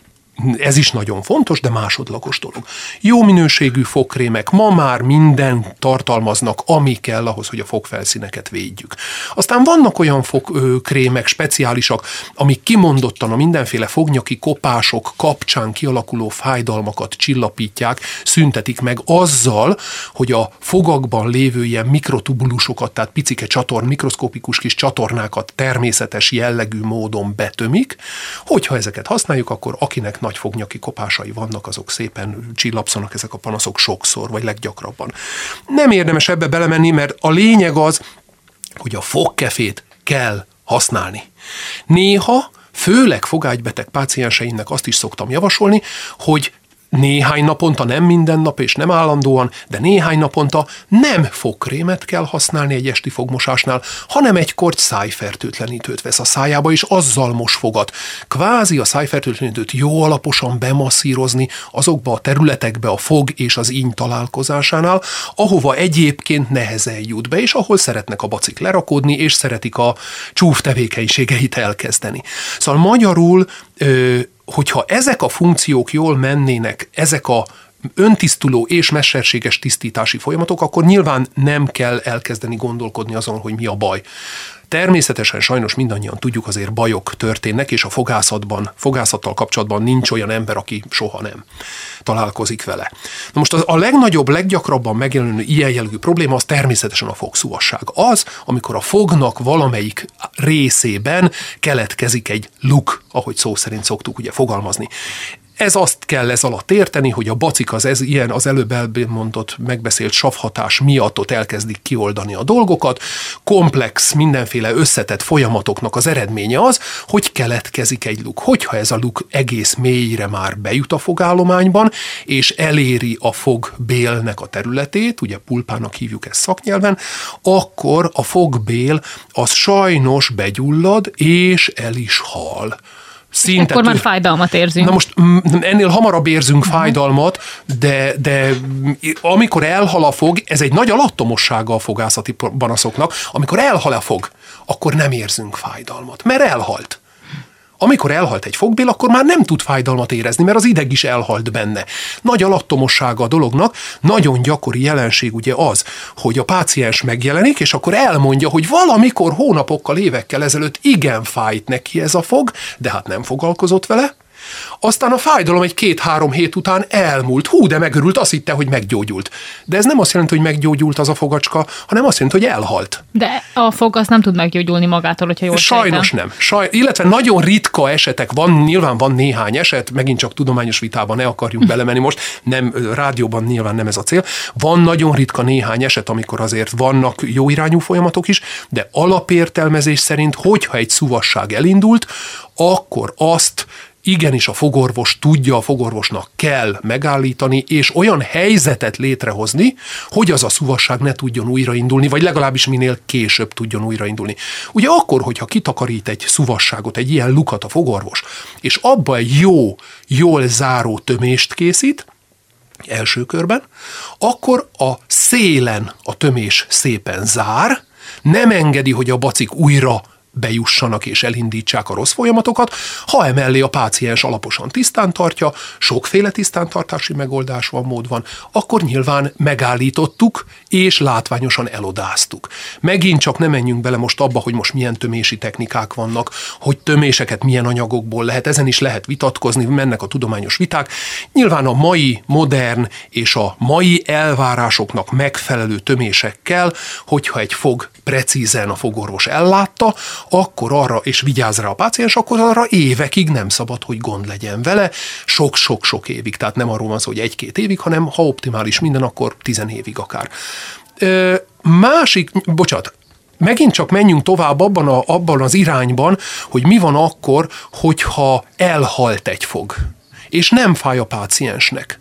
Ez is nagyon fontos, de másodlagos dolog. Jó minőségű fogkrémek ma már minden tartalmaznak, ami kell ahhoz, hogy a fogfelszíneket védjük. Aztán vannak olyan fogkrémek, speciálisak, amik kimondottan a mindenféle fognyaki kopások kapcsán kialakuló fájdalmakat csillapítják, szüntetik meg azzal, hogy a fogakban lévő ilyen mikrotubulusokat, tehát picike csatorn, mikroszkopikus kis csatornákat természetes jellegű módon betömik, hogyha ezeket használjuk, akkor akinek nagy fognyaki kopásai vannak, azok szépen csillapszanak ezek a panaszok sokszor, vagy leggyakrabban. Nem érdemes ebbe belemenni, mert a lényeg az, hogy a fogkefét kell használni. Néha, főleg fogágybeteg pácienseinknek azt is szoktam javasolni, hogy néhány naponta, nem minden nap és nem állandóan, de néhány naponta nem fogkrémet kell használni egy esti fogmosásnál, hanem egy korty szájfertőtlenítőt vesz a szájába, és azzal mos fogat. Kvázi a szájfertőtlenítőt jó alaposan bemasszírozni azokba a területekbe a fog és az íny találkozásánál, ahova egyébként nehezen jut be, és ahol szeretnek a bacik lerakódni, és szeretik a csúf tevékenységeit elkezdeni. Szóval magyarul ö, hogyha ezek a funkciók jól mennének, ezek a öntisztuló és mesterséges tisztítási folyamatok, akkor nyilván nem kell elkezdeni gondolkodni azon, hogy mi a baj. Természetesen sajnos mindannyian tudjuk, azért bajok történnek, és a fogászatban, fogászattal kapcsolatban nincs olyan ember, aki soha nem találkozik vele. Na most az, a legnagyobb, leggyakrabban megjelenő ilyen jellegű probléma az természetesen a fogszúvasság. Az, amikor a fognak valamelyik részében keletkezik egy luk, ahogy szó szerint szoktuk ugye fogalmazni. Ez azt kell ez alatt érteni, hogy a bacik az ez, ilyen az előbb elmondott, megbeszélt savhatás miatt ott elkezdik kioldani a dolgokat. Komplex, mindenféle összetett folyamatoknak az eredménye az, hogy keletkezik egy luk. Hogyha ez a luk egész mélyre már bejut a fogállományban, és eléri a fogbélnek a területét, ugye pulpának hívjuk ezt szaknyelven, akkor a fogbél az sajnos begyullad, és el is hal. Szinte Akkor már fájdalmat érzünk. Na most ennél hamarabb érzünk uh-huh. fájdalmat, de, de amikor elhal a fog, ez egy nagy alattomossága a fogászati panaszoknak, amikor elhal a fog, akkor nem érzünk fájdalmat, mert elhalt. Amikor elhalt egy fogbél, akkor már nem tud fájdalmat érezni, mert az ideg is elhalt benne. Nagy alattomossága a dolognak, nagyon gyakori jelenség ugye az, hogy a páciens megjelenik, és akkor elmondja, hogy valamikor hónapokkal, évekkel ezelőtt igen fájt neki ez a fog, de hát nem foglalkozott vele. Aztán a fájdalom egy két-három hét után elmúlt. Hú, de megörült, azt hitte, hogy meggyógyult. De ez nem azt jelenti, hogy meggyógyult az a fogacska, hanem azt jelenti, hogy elhalt. De a fog az nem tud meggyógyulni magától, hogyha jól Sajnos sejtem. nem. Saj, illetve nagyon ritka esetek van, nyilván van néhány eset, megint csak tudományos vitában ne akarjunk belemenni most, nem, rádióban nyilván nem ez a cél. Van nagyon ritka néhány eset, amikor azért vannak jó irányú folyamatok is, de alapértelmezés szerint, hogyha egy szúvasság elindult, akkor azt igenis a fogorvos tudja, a fogorvosnak kell megállítani, és olyan helyzetet létrehozni, hogy az a szúvasság ne tudjon újraindulni, vagy legalábbis minél később tudjon újraindulni. Ugye akkor, hogyha kitakarít egy szúvasságot, egy ilyen lukat a fogorvos, és abba egy jó, jól záró tömést készít, első körben, akkor a szélen a tömés szépen zár, nem engedi, hogy a bacik újra bejussanak és elindítsák a rossz folyamatokat, ha emellé a páciens alaposan tisztán tartja, sokféle tisztántartási megoldás van, mód van, akkor nyilván megállítottuk és látványosan elodáztuk. Megint csak nem menjünk bele most abba, hogy most milyen tömési technikák vannak, hogy töméseket milyen anyagokból lehet, ezen is lehet vitatkozni, mennek a tudományos viták. Nyilván a mai modern és a mai elvárásoknak megfelelő tömésekkel, hogyha egy fog precízen a fogorvos ellátta, akkor arra, és vigyáz rá a páciens, akkor arra évekig nem szabad, hogy gond legyen vele, sok-sok-sok évig. Tehát nem arról van szó, hogy egy-két évig, hanem ha optimális minden, akkor tizen évig akár. Ö, másik, bocsánat, megint csak menjünk tovább abban, a, abban az irányban, hogy mi van akkor, hogyha elhalt egy fog, és nem fáj a páciensnek.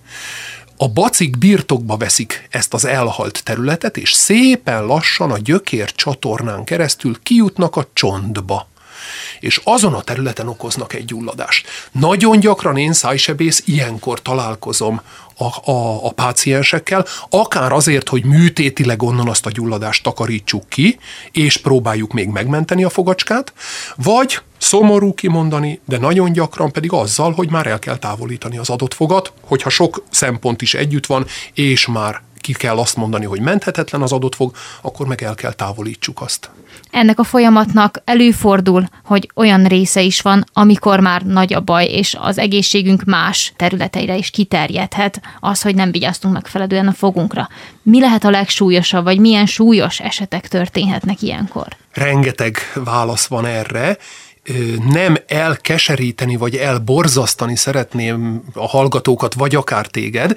A bacik birtokba veszik ezt az elhalt területet, és szépen lassan a gyökér csatornán keresztül kijutnak a csontba. És azon a területen okoznak egy gyulladást. Nagyon gyakran én szájsebész ilyenkor találkozom a, a, a páciensekkel, akár azért, hogy műtétileg onnan azt a gyulladást takarítsuk ki, és próbáljuk még megmenteni a fogacskát, vagy szomorú kimondani, de nagyon gyakran pedig azzal, hogy már el kell távolítani az adott fogat, hogyha sok szempont is együtt van, és már ki kell azt mondani, hogy menthetetlen az adott fog, akkor meg el kell távolítsuk azt. Ennek a folyamatnak előfordul, hogy olyan része is van, amikor már nagy a baj, és az egészségünk más területeire is kiterjedhet az, hogy nem vigyáztunk megfelelően a fogunkra. Mi lehet a legsúlyosabb, vagy milyen súlyos esetek történhetnek ilyenkor? Rengeteg válasz van erre. Nem elkeseríteni, vagy elborzasztani szeretném a hallgatókat, vagy akár téged,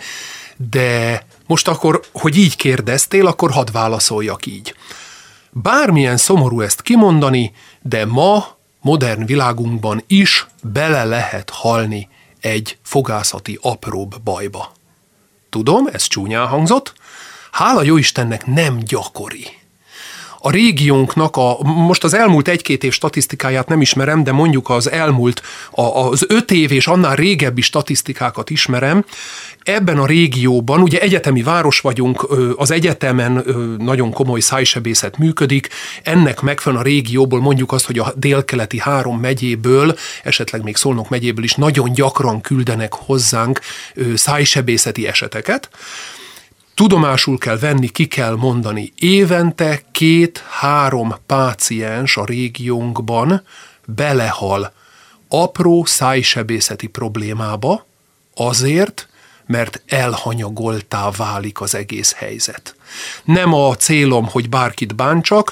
de most akkor, hogy így kérdeztél, akkor hadd válaszoljak így. Bármilyen szomorú ezt kimondani, de ma, modern világunkban is bele lehet halni egy fogászati apróbb bajba. Tudom, ez csúnyán hangzott, hála jó Istennek nem gyakori. a régiónknak a, most az elmúlt egy-két év statisztikáját nem ismerem, de mondjuk az elmúlt, a, az öt év és annál régebbi statisztikákat ismerem. Ebben a régióban, ugye egyetemi város vagyunk, az egyetemen nagyon komoly szájsebészet működik, ennek megfelelően a régióból mondjuk azt, hogy a délkeleti három megyéből, esetleg még Szolnok megyéből is nagyon gyakran küldenek hozzánk szájsebészeti eseteket. Tudomásul kell venni, ki kell mondani, évente két-három páciens a régiónkban belehal apró szájsebészeti problémába azért, mert elhanyagoltá válik az egész helyzet. Nem a célom, hogy bárkit bántsak,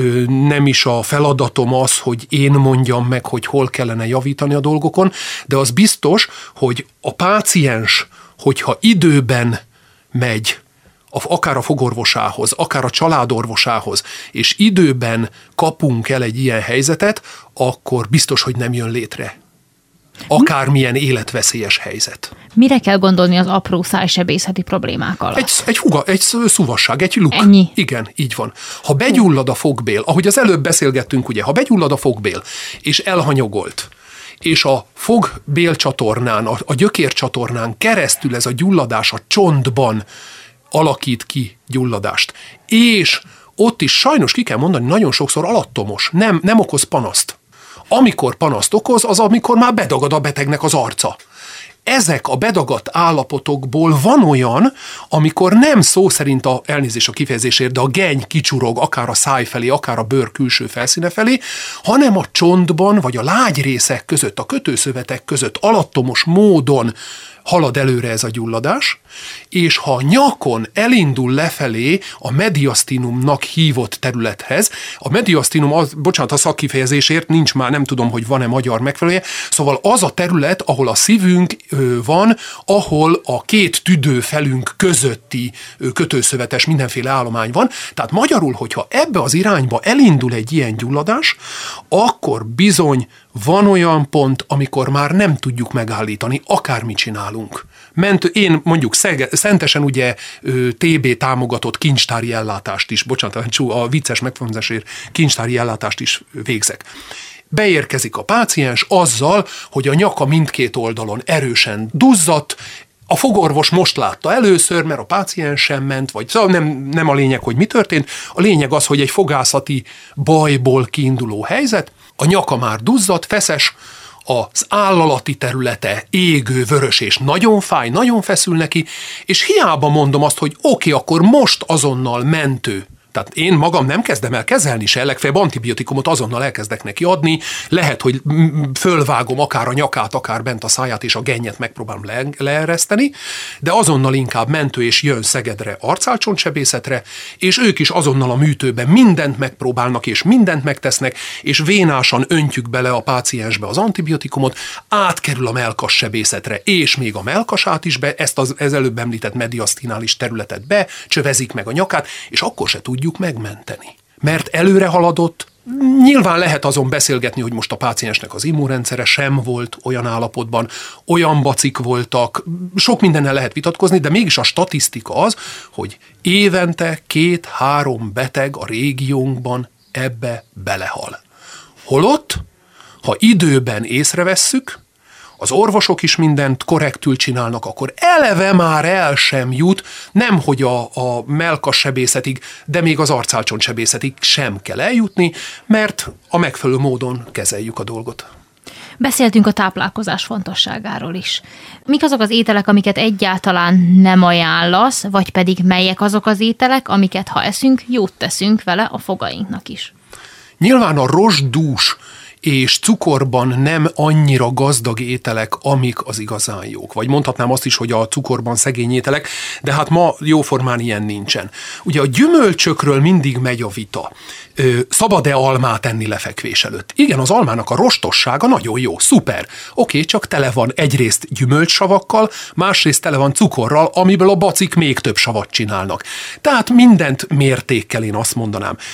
nem is a feladatom az, hogy én mondjam meg, hogy hol kellene javítani a dolgokon, de az biztos, hogy a páciens, hogyha időben megy, akár a fogorvosához, akár a családorvosához, és időben kapunk el egy ilyen helyzetet, akkor biztos, hogy nem jön létre akármilyen életveszélyes helyzet. Mire kell gondolni az apró szájsebészeti problémák alatt? Egy, egy, huga, egy szuvasság, egy luk. Ennyi? Igen, így van. Ha begyullad a fogbél, ahogy az előbb beszélgettünk, ugye, ha begyullad a fogbél, és elhanyagolt, és a fogbélcsatornán, a, a gyökércsatornán keresztül ez a gyulladás a csontban alakít ki gyulladást, és ott is sajnos ki kell mondani, nagyon sokszor alattomos, nem, nem okoz panaszt. Amikor panaszt okoz, az amikor már bedagad a betegnek az arca. Ezek a bedagadt állapotokból van olyan, amikor nem szó szerint a elnézés a kifejezésért, de a geny kicsurog akár a száj felé, akár a bőr külső felszíne felé, hanem a csontban vagy a lágy részek között, a kötőszövetek között alattomos módon halad előre ez a gyulladás, és ha a nyakon elindul lefelé a mediasztinumnak hívott területhez, a mediasztinum, az, bocsánat a szakkifejezésért, nincs már, nem tudom, hogy van-e magyar megfelelője, szóval az a terület, ahol a szívünk ö, van, ahol a két tüdőfelünk közötti ö, kötőszövetes mindenféle állomány van, tehát magyarul, hogyha ebbe az irányba elindul egy ilyen gyulladás, akkor bizony van olyan pont, amikor már nem tudjuk megállítani, akármit csinálunk. Ment, én mondjuk Szege, Szentesen ugye té bé támogatott kincstári ellátást is, bocsánat, a vicces megfogalmazásért kincstári ellátást is végzek. Beérkezik a páciens azzal, hogy a nyaka mindkét oldalon erősen duzzadt, a fogorvos most látta először, mert a páciens sem ment, vagy szóval nem, nem a lényeg, hogy mi történt, a lényeg az, hogy egy fogászati bajból kiinduló helyzet, a nyaka már duzzadt, feszes, az állalati területe égő, vörös és nagyon fáj, nagyon feszül neki, és hiába mondom azt, hogy oké, okay, akkor most azonnal mentő. Tehát én magam nem kezdem el kezelni se, legfeljebb antibiotikumot azonnal elkezdek neki adni, lehet, hogy fölvágom akár a nyakát, akár bent a száját, és a gennyet megpróbálom le- leereszteni, de azonnal inkább mentő, és jön Szegedre arcálcsontsebészetre, és ők is azonnal a műtőben mindent megpróbálnak, és mindent megtesznek, és vénásan öntjük bele a páciensbe az antibiotikumot, átkerül a mellkassebészetre, és még a mellkasát is be, ezt az ez előbb említett mediasztinális területet becsövezik meg a nyakát, és akkor se tudjuk megmenteni. Mert előre haladott, nyilván lehet azon beszélgetni, hogy most a páciensnek az immunrendszere sem volt olyan állapotban, olyan bacik voltak, sok mindennel lehet vitatkozni, de mégis a statisztika az, hogy évente két-három beteg a régiónkban ebbe belehal. Holott, ha időben észrevesszük, az orvosok is mindent korrektül csinálnak, akkor eleve már el sem jut, nemhogy a, a mellkassebészetig, de még az arcálcsontsebészetig sem kell eljutni, mert a megfelelő módon kezeljük a dolgot. Beszéltünk a táplálkozás fontosságáról is. Mik azok az ételek, amiket egyáltalán nem ajánlasz, vagy pedig melyek azok az ételek, amiket ha eszünk, jót teszünk vele a fogainknak is? Nyilván a rozsdús és cukorban nem annyira gazdag ételek, amik az igazán jók. Vagy mondhatnám azt is, hogy a cukorban szegény ételek, de hát ma jóformán ilyen nincsen. Ugye a gyümölcsökről mindig megy a vita. Szabad-e almát enni lefekvés előtt? Igen, az almának a rostossága nagyon jó, szuper. Oké, csak tele van egyrészt gyümölcssavakkal, másrészt tele van cukorral, amiből a bacik még több savat csinálnak. Tehát mindent mértékkel én azt mondanám.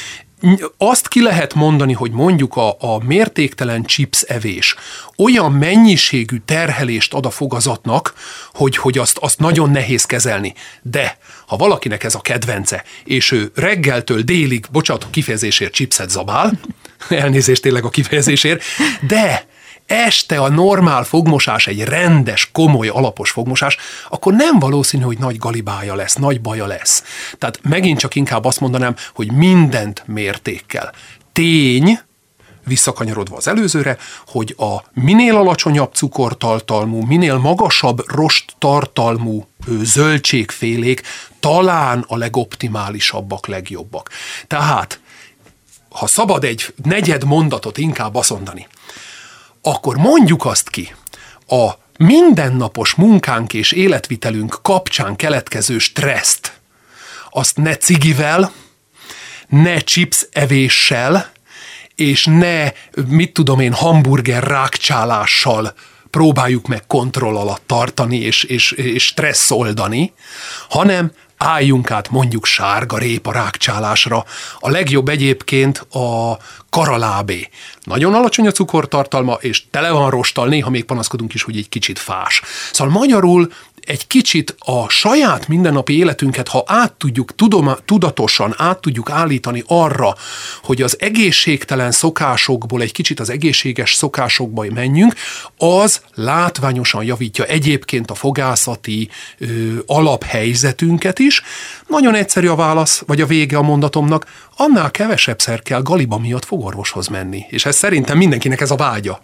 azt ki lehet mondani, hogy mondjuk a, a mértéktelen chips evés olyan mennyiségű terhelést ad a fogazatnak, hogy, hogy azt, azt nagyon nehéz kezelni. De ha valakinek ez a kedvence, és ő reggeltől délig, bocsánat a kifejezésért, chipset zabál, elnézést tényleg a kifejezésért, de este a normál fogmosás, egy rendes, komoly, alapos fogmosás, akkor nem valószínű, hogy nagy galibája lesz, nagy baja lesz. Tehát megint csak inkább azt mondanám, hogy mindent mértékkel. Tény, visszakanyarodva az előzőre, hogy a minél alacsonyabb cukortartalmú, minél magasabb rosttartalmú zöldségfélék talán a legoptimálisabbak, legjobbak. Tehát, ha szabad egy negyed mondatot inkább azt mondani, akkor mondjuk azt ki, a mindennapos munkánk és életvitelünk kapcsán keletkező stresszt, azt ne cigivel, ne chips evéssel, és ne, mit tudom én, hamburger rákcsálással próbáljuk meg kontroll alatt tartani és, és, és stressz oldani, hanem álljunk át mondjuk sárga répa rákcsálásra. A legjobb egyébként a karalábé. Nagyon alacsony a cukortartalma, és tele van rosttal, néha még panaszkodunk is, hogy egy kicsit fás. Szóval magyarul egy kicsit a saját mindennapi életünket, ha át tudjuk, tudoma, tudatosan át tudjuk állítani arra, hogy az egészségtelen szokásokból egy kicsit az egészséges szokásokba menjünk, az látványosan javítja egyébként a fogászati ö, alaphelyzetünket is. Nagyon egyszerű a válasz, vagy a vége a mondatomnak, annál kevesebbszer kell galiba miatt fogorvoshoz menni. És ez szerintem mindenkinek ez a vágya.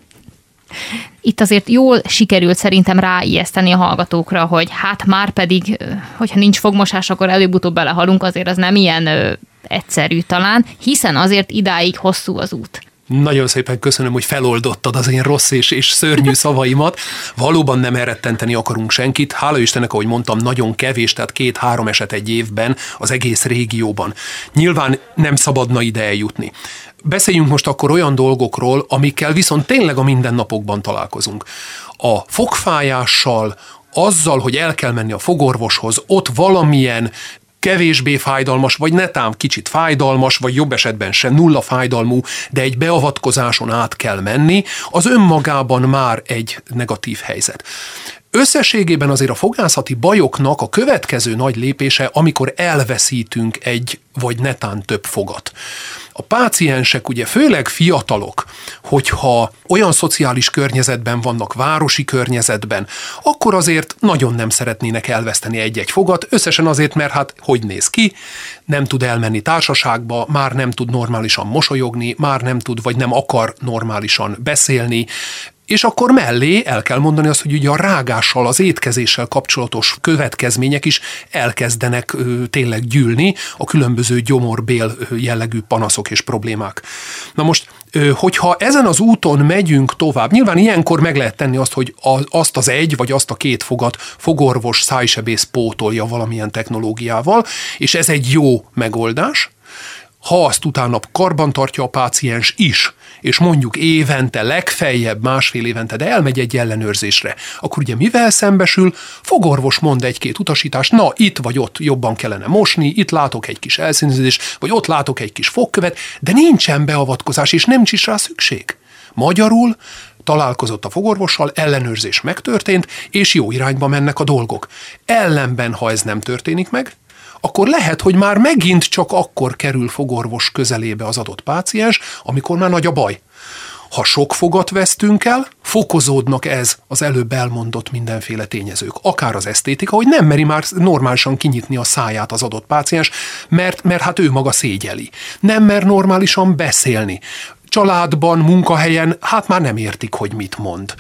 Itt azért jól sikerült szerintem ráijeszteni a hallgatókra, hogy hát már pedig, hogyha nincs fogmosás, akkor előbb-utóbb belehalunk, azért az nem ilyen ö, egyszerű talán, hiszen azért idáig hosszú az út. Nagyon szépen köszönöm, hogy feloldottad az én rossz és, és szörnyű szavaimat. Valóban nem elrettenteni akarunk senkit. Hála Istennek, ahogy mondtam, nagyon kevés, tehát két-három eset egy évben az egész régióban. Nyilván nem szabadna ide eljutni. Beszéljünk most akkor olyan dolgokról, amikkel viszont tényleg a mindennapokban találkozunk. A fogfájással, azzal, hogy el kell menni a fogorvoshoz, ott valamilyen kevésbé fájdalmas, vagy netán kicsit fájdalmas, vagy jobb esetben sem nulla fájdalmú, de egy beavatkozáson át kell menni, az önmagában már egy negatív helyzet. Összességében azért a fogászati bajoknak a következő nagy lépése, amikor elveszítünk egy vagy netán több fogat. A páciensek, ugye főleg fiatalok, hogyha olyan szociális környezetben vannak, városi környezetben, akkor azért nagyon nem szeretnének elveszteni egy-egy fogat, összesen azért, mert hát hogy néz ki, nem tud elmenni társaságba, már nem tud normálisan mosolyogni, már nem tud vagy nem akar normálisan beszélni, és akkor mellé el kell mondani azt, hogy ugye a rágással, az étkezéssel kapcsolatos következmények is elkezdenek ö, tényleg gyűlni, a különböző gyomorbél jellegű panaszok és problémák. Na most, ö, hogyha ezen az úton megyünk tovább, nyilván ilyenkor meg lehet tenni azt, hogy az, azt az egy vagy azt a két fogat fogorvos, szájsebész pótolja valamilyen technológiával, és ez egy jó megoldás. Ha azt utána karbantartja a páciens is, és mondjuk évente, legfeljebb másfél évente, de elmegy egy ellenőrzésre, akkor ugye mivel szembesül? Fogorvos mond egy-két utasítást, na itt vagy ott jobban kellene mosni, itt látok egy kis elszínezés, vagy ott látok egy kis fogkövet, de nincsen beavatkozás, és nem is rá szükség. Magyarul találkozott a fogorvossal, ellenőrzés megtörtént, és jó irányba mennek a dolgok. Ellenben, ha ez nem történik meg, akkor lehet, hogy már megint csak akkor kerül fogorvos közelébe az adott páciens, amikor már nagy a baj. Ha sok fogat vesztünk el, fokozódnak ez az előbb elmondott mindenféle tényezők. Akár az esztétika, hogy nem meri már normálisan kinyitni a száját az adott páciens, mert, mert hát ő maga szégyeli. Nem mer normálisan beszélni. Családban, munkahelyen, hát már nem értik, hogy mit mond.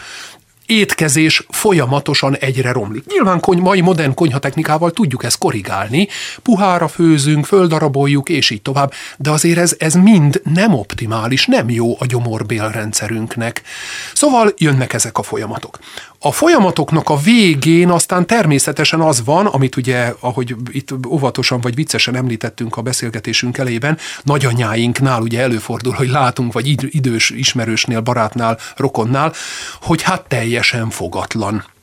Étkezés folyamatosan egyre romlik. Nyilván kony, mai modern konyhatechnikával tudjuk ezt korrigálni, puhára főzünk, földaraboljuk, és így tovább, de azért ez, ez mind nem optimális, nem jó a gyomorbélrendszerünknek. Szóval jönnek ezek a folyamatok. A folyamatoknak a végén aztán természetesen az van, amit ugye, ahogy itt óvatosan vagy viccesen említettünk a beszélgetésünk elejében, nagyanyáinknál ugye előfordul, hogy látunk, vagy idős ismerősnél, barátnál, rokonnál, hogy hát teljesen fogatlan.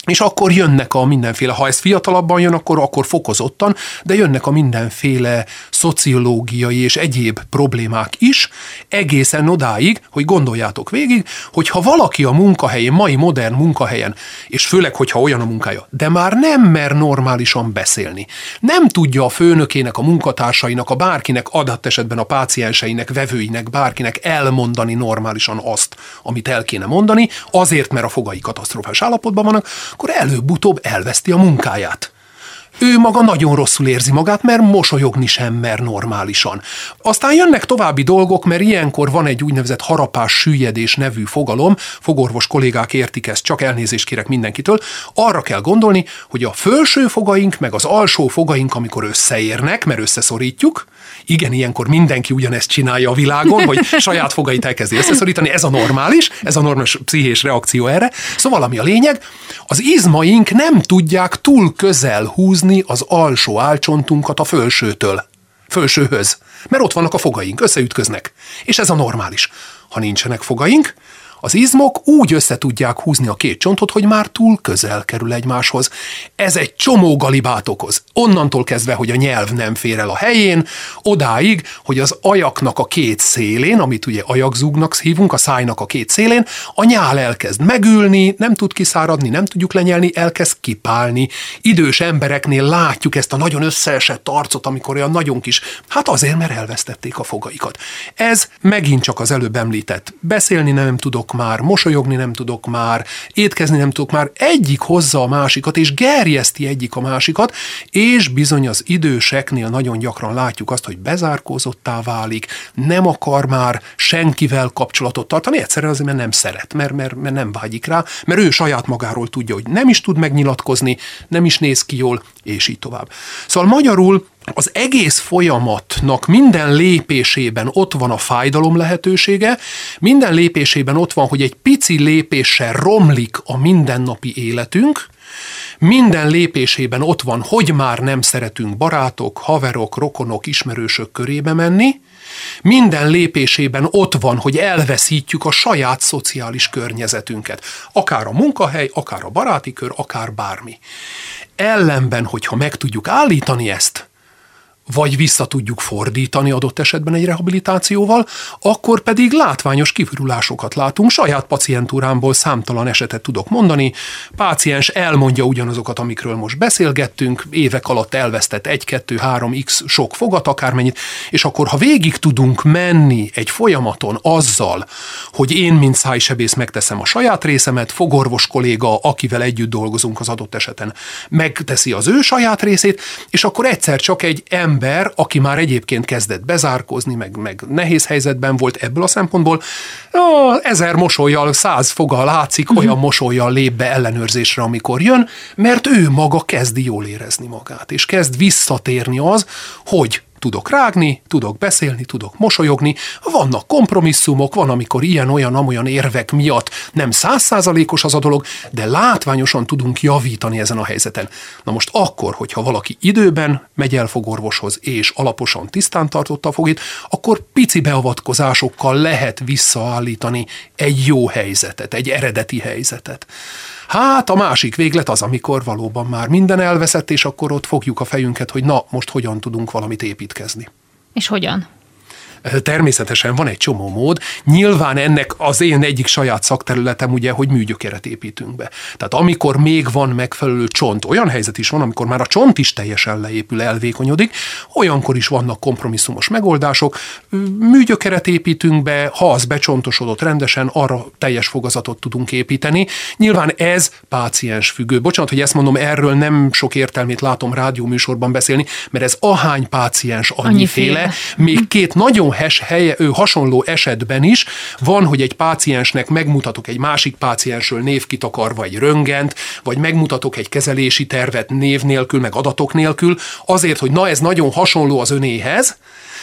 És akkor jönnek a mindenféle, ha ez fiatalabban jön, akkor, akkor fokozottan, de jönnek a mindenféle szociológiai és egyéb problémák is, egészen odáig, hogy gondoljátok végig, hogy ha valaki a munkahelyén, mai modern munkahelyen, és főleg, hogyha olyan a munkája, de már nem mer normálisan beszélni, nem tudja a főnökének, a munkatársainak, a bárkinek, adott esetben a pácienseinek, vevőinek, bárkinek elmondani normálisan azt, amit el kéne mondani, azért, mert a fogai katasztrofás állapotban vannak, akkor előbb-utóbb elveszti a munkáját. Ő maga nagyon rosszul érzi magát, mert mosolyogni sem mer normálisan. Aztán jönnek további dolgok, mert ilyenkor van egy úgynevezett harapás süllyedés nevű fogalom, fogorvos kollégák értik ezt, csak elnézést kérek mindenkitől, arra kell gondolni, hogy a felső fogaink meg az alsó fogaink, amikor összeérnek, mert összeszorítjuk, igen, ilyenkor mindenki ugyanezt csinálja a világon, hogy saját fogait elkezdi összeszorítani, ez a normális, ez a normális pszichés reakció erre. Szóval ami a lényeg, az izmaink nem tudják túl közel húzni az alsó állcsontunkat a felsőtől, felsőhöz, mert ott vannak a fogaink, összeütköznek, és ez a normális. Ha nincsenek fogaink, az izmok úgy össze tudják húzni a két csontot, hogy már túl közel kerül egymáshoz. Ez egy csomó galibát okoz. Onnantól kezdve, hogy a nyelv nem fér el a helyén, odáig, hogy az ajaknak a két szélén, amit ugye ajakzúgnak hívunk, a szájnak a két szélén, a nyál elkezd megülni, nem tud kiszáradni, nem tudjuk lenyelni, elkezd kipálni. Idős embereknél látjuk ezt a nagyon összeesett arcot, amikor olyan nagyon kis, hát azért, mert elvesztették a fogaikat. Ez megint csak az előbb említett. Beszélni nem tudok már, mosolyogni nem tudok már, étkezni nem tudok már, egyik hozza a másikat, és gerjeszti egyik a másikat, és bizony az időseknél nagyon gyakran látjuk azt, hogy bezárkózottá válik, nem akar már senkivel kapcsolatot tartani, egyszerűen azért, mert nem szeret, mert, mert, mert nem vágyik rá, mert ő saját magáról tudja, hogy nem is tud megnyilatkozni, nem is néz ki jól, és így tovább. Szóval magyarul az egész folyamatnak minden lépésében ott van a fájdalom lehetősége, minden lépésében ott van, hogy egy pici lépéssel romlik a mindennapi életünk, minden lépésében ott van, hogy már nem szeretünk barátok, haverok, rokonok, ismerősök körébe menni, minden lépésében ott van, hogy elveszítjük a saját szociális környezetünket, akár a munkahely, akár a baráti kör, akár bármi. Ellenben, hogyha meg tudjuk állítani ezt, vagy vissza tudjuk fordítani adott esetben egy rehabilitációval, akkor pedig látványos kivirulásokat látunk. Saját pacientúrámból számtalan esetet tudok mondani. Páciens elmondja ugyanazokat, amikről most beszélgettünk, évek alatt elvesztett egy, kettő, három x sok fogat, akármennyit, és akkor, ha végig tudunk menni egy folyamaton azzal, hogy én, mint szájsebész megteszem a saját részemet, fogorvos kolléga, akivel együtt dolgozunk az adott eseten, megteszi az ő saját részét, és akkor egyszer csak egy ember, aki már egyébként kezdett bezárkózni, meg, meg nehéz helyzetben volt ebből a szempontból, ó, ezer mosollyal, száz foga látszik, uh-huh. olyan mosollyal lép be ellenőrzésre, amikor jön, mert ő maga kezdi jól érezni magát, és kezd visszatérni az, hogy tudok rágni, tudok beszélni, tudok mosolyogni, vannak kompromisszumok, van, amikor ilyen-olyan-amolyan érvek miatt nem százszázalékos az a dolog, de látványosan tudunk javítani ezen a helyzeten. Na most akkor, hogyha valaki időben megy el fogorvoshoz, és alaposan tisztán tartotta a fogét, akkor pici beavatkozásokkal lehet visszaállítani egy jó helyzetet, egy eredeti helyzetet. Hát a másik véglet az, amikor valóban már minden elveszett, és akkor ott fogjuk a fejünket, hogy na, most hogyan tudunk valamit építkezni. És hogyan? Természetesen van egy csomó mód. Nyilván ennek az én egyik saját szakterületem ugye, hogy műgyökeret építünk be. Tehát amikor még van megfelelő csont, olyan helyzet is van, amikor már a csont is teljesen leépül, elvékonyodik, olyankor is vannak kompromisszumos megoldások. Műgyökeret építünk be, ha az becsontosodott rendesen, arra teljes fogazatot tudunk építeni. Nyilván ez páciens függő. Bocsánat, hogy ezt mondom, erről nem sok értelmét látom rádióműsorban beszélni, mert ez ahány páciens annyiféle, annyiféle. Még két nagyon helye, ő hasonló esetben is van, hogy egy páciensnek megmutatok egy másik páciensről névkitakarva egy röntgent, vagy megmutatok egy kezelési tervet név nélkül, meg adatok nélkül, azért, hogy na ez nagyon hasonló az önéhez,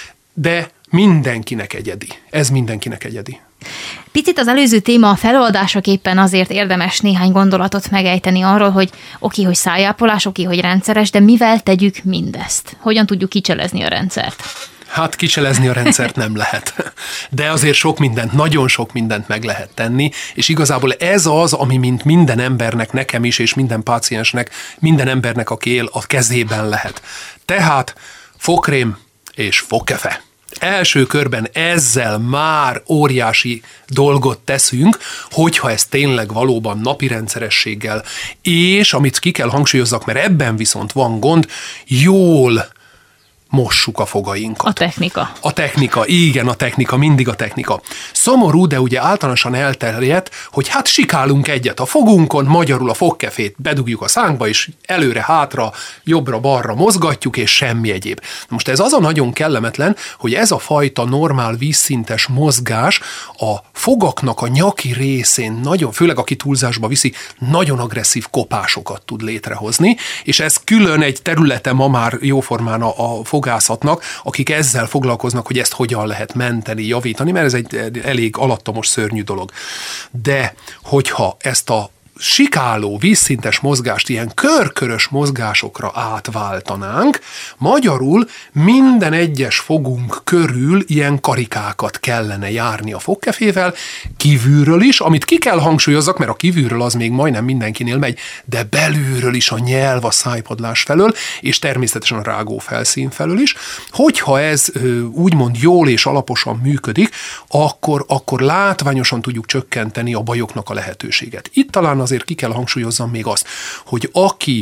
de mindenkinek egyedi. Ez mindenkinek egyedi. Picit az előző téma a feloldásaképpen azért érdemes néhány gondolatot megejteni arról, hogy oké, hogy szájápolás, oké, hogy rendszeres, de mivel tegyük mindezt? Hogyan tudjuk kicselezni a rendszert? Hát kicselezni a rendszert nem lehet. De azért sok mindent, nagyon sok mindent meg lehet tenni, és igazából ez az, ami mint minden embernek, nekem is, és minden páciensnek, minden embernek, aki él, a kezében lehet. Tehát fogkrém és fogkefe. Első körben ezzel már óriási dolgot teszünk, hogyha ez tényleg valóban napi rendszerességgel, és amit ki kell hangsúlyozzak, mert ebben viszont van gond, jól mossuk a fogainkat. A technika. A technika, igen, a technika, mindig a technika. Szomorú, de ugye általánosan elterjedt, hogy hát sikálunk egyet a fogunkon, magyarul a fogkefét bedugjuk a szánkba, és előre-hátra, jobbra-balra mozgatjuk, és semmi egyéb. Most ez az a nagyon kellemetlen, hogy ez a fajta normál vízszintes mozgás a fogaknak a nyaki részén nagyon, főleg aki túlzásba viszi, nagyon agresszív kopásokat tud létrehozni, és ez külön egy területe ma már jóformán a, a fogászatnak, akik ezzel foglalkoznak, hogy ezt hogyan lehet menteni, javítani, mert ez egy elég alattomos, szörnyű dolog. De hogyha ezt a sikáló, vízszintes mozgást ilyen körkörös mozgásokra átváltanánk, magyarul minden egyes fogunk körül ilyen karikákat kellene járni a fogkefével, kívülről is, amit ki kell hangsúlyozzak, mert a kívülről az még majdnem mindenkinél megy, de belülről is a nyelv, a szájpadlás felől, és természetesen a rágó felszín felől is. Hogyha ez úgymond jól és alaposan működik, akkor, akkor látványosan tudjuk csökkenteni a bajoknak a lehetőséget. Itt talán azért ki kell hangsúlyozzam még azt, hogy aki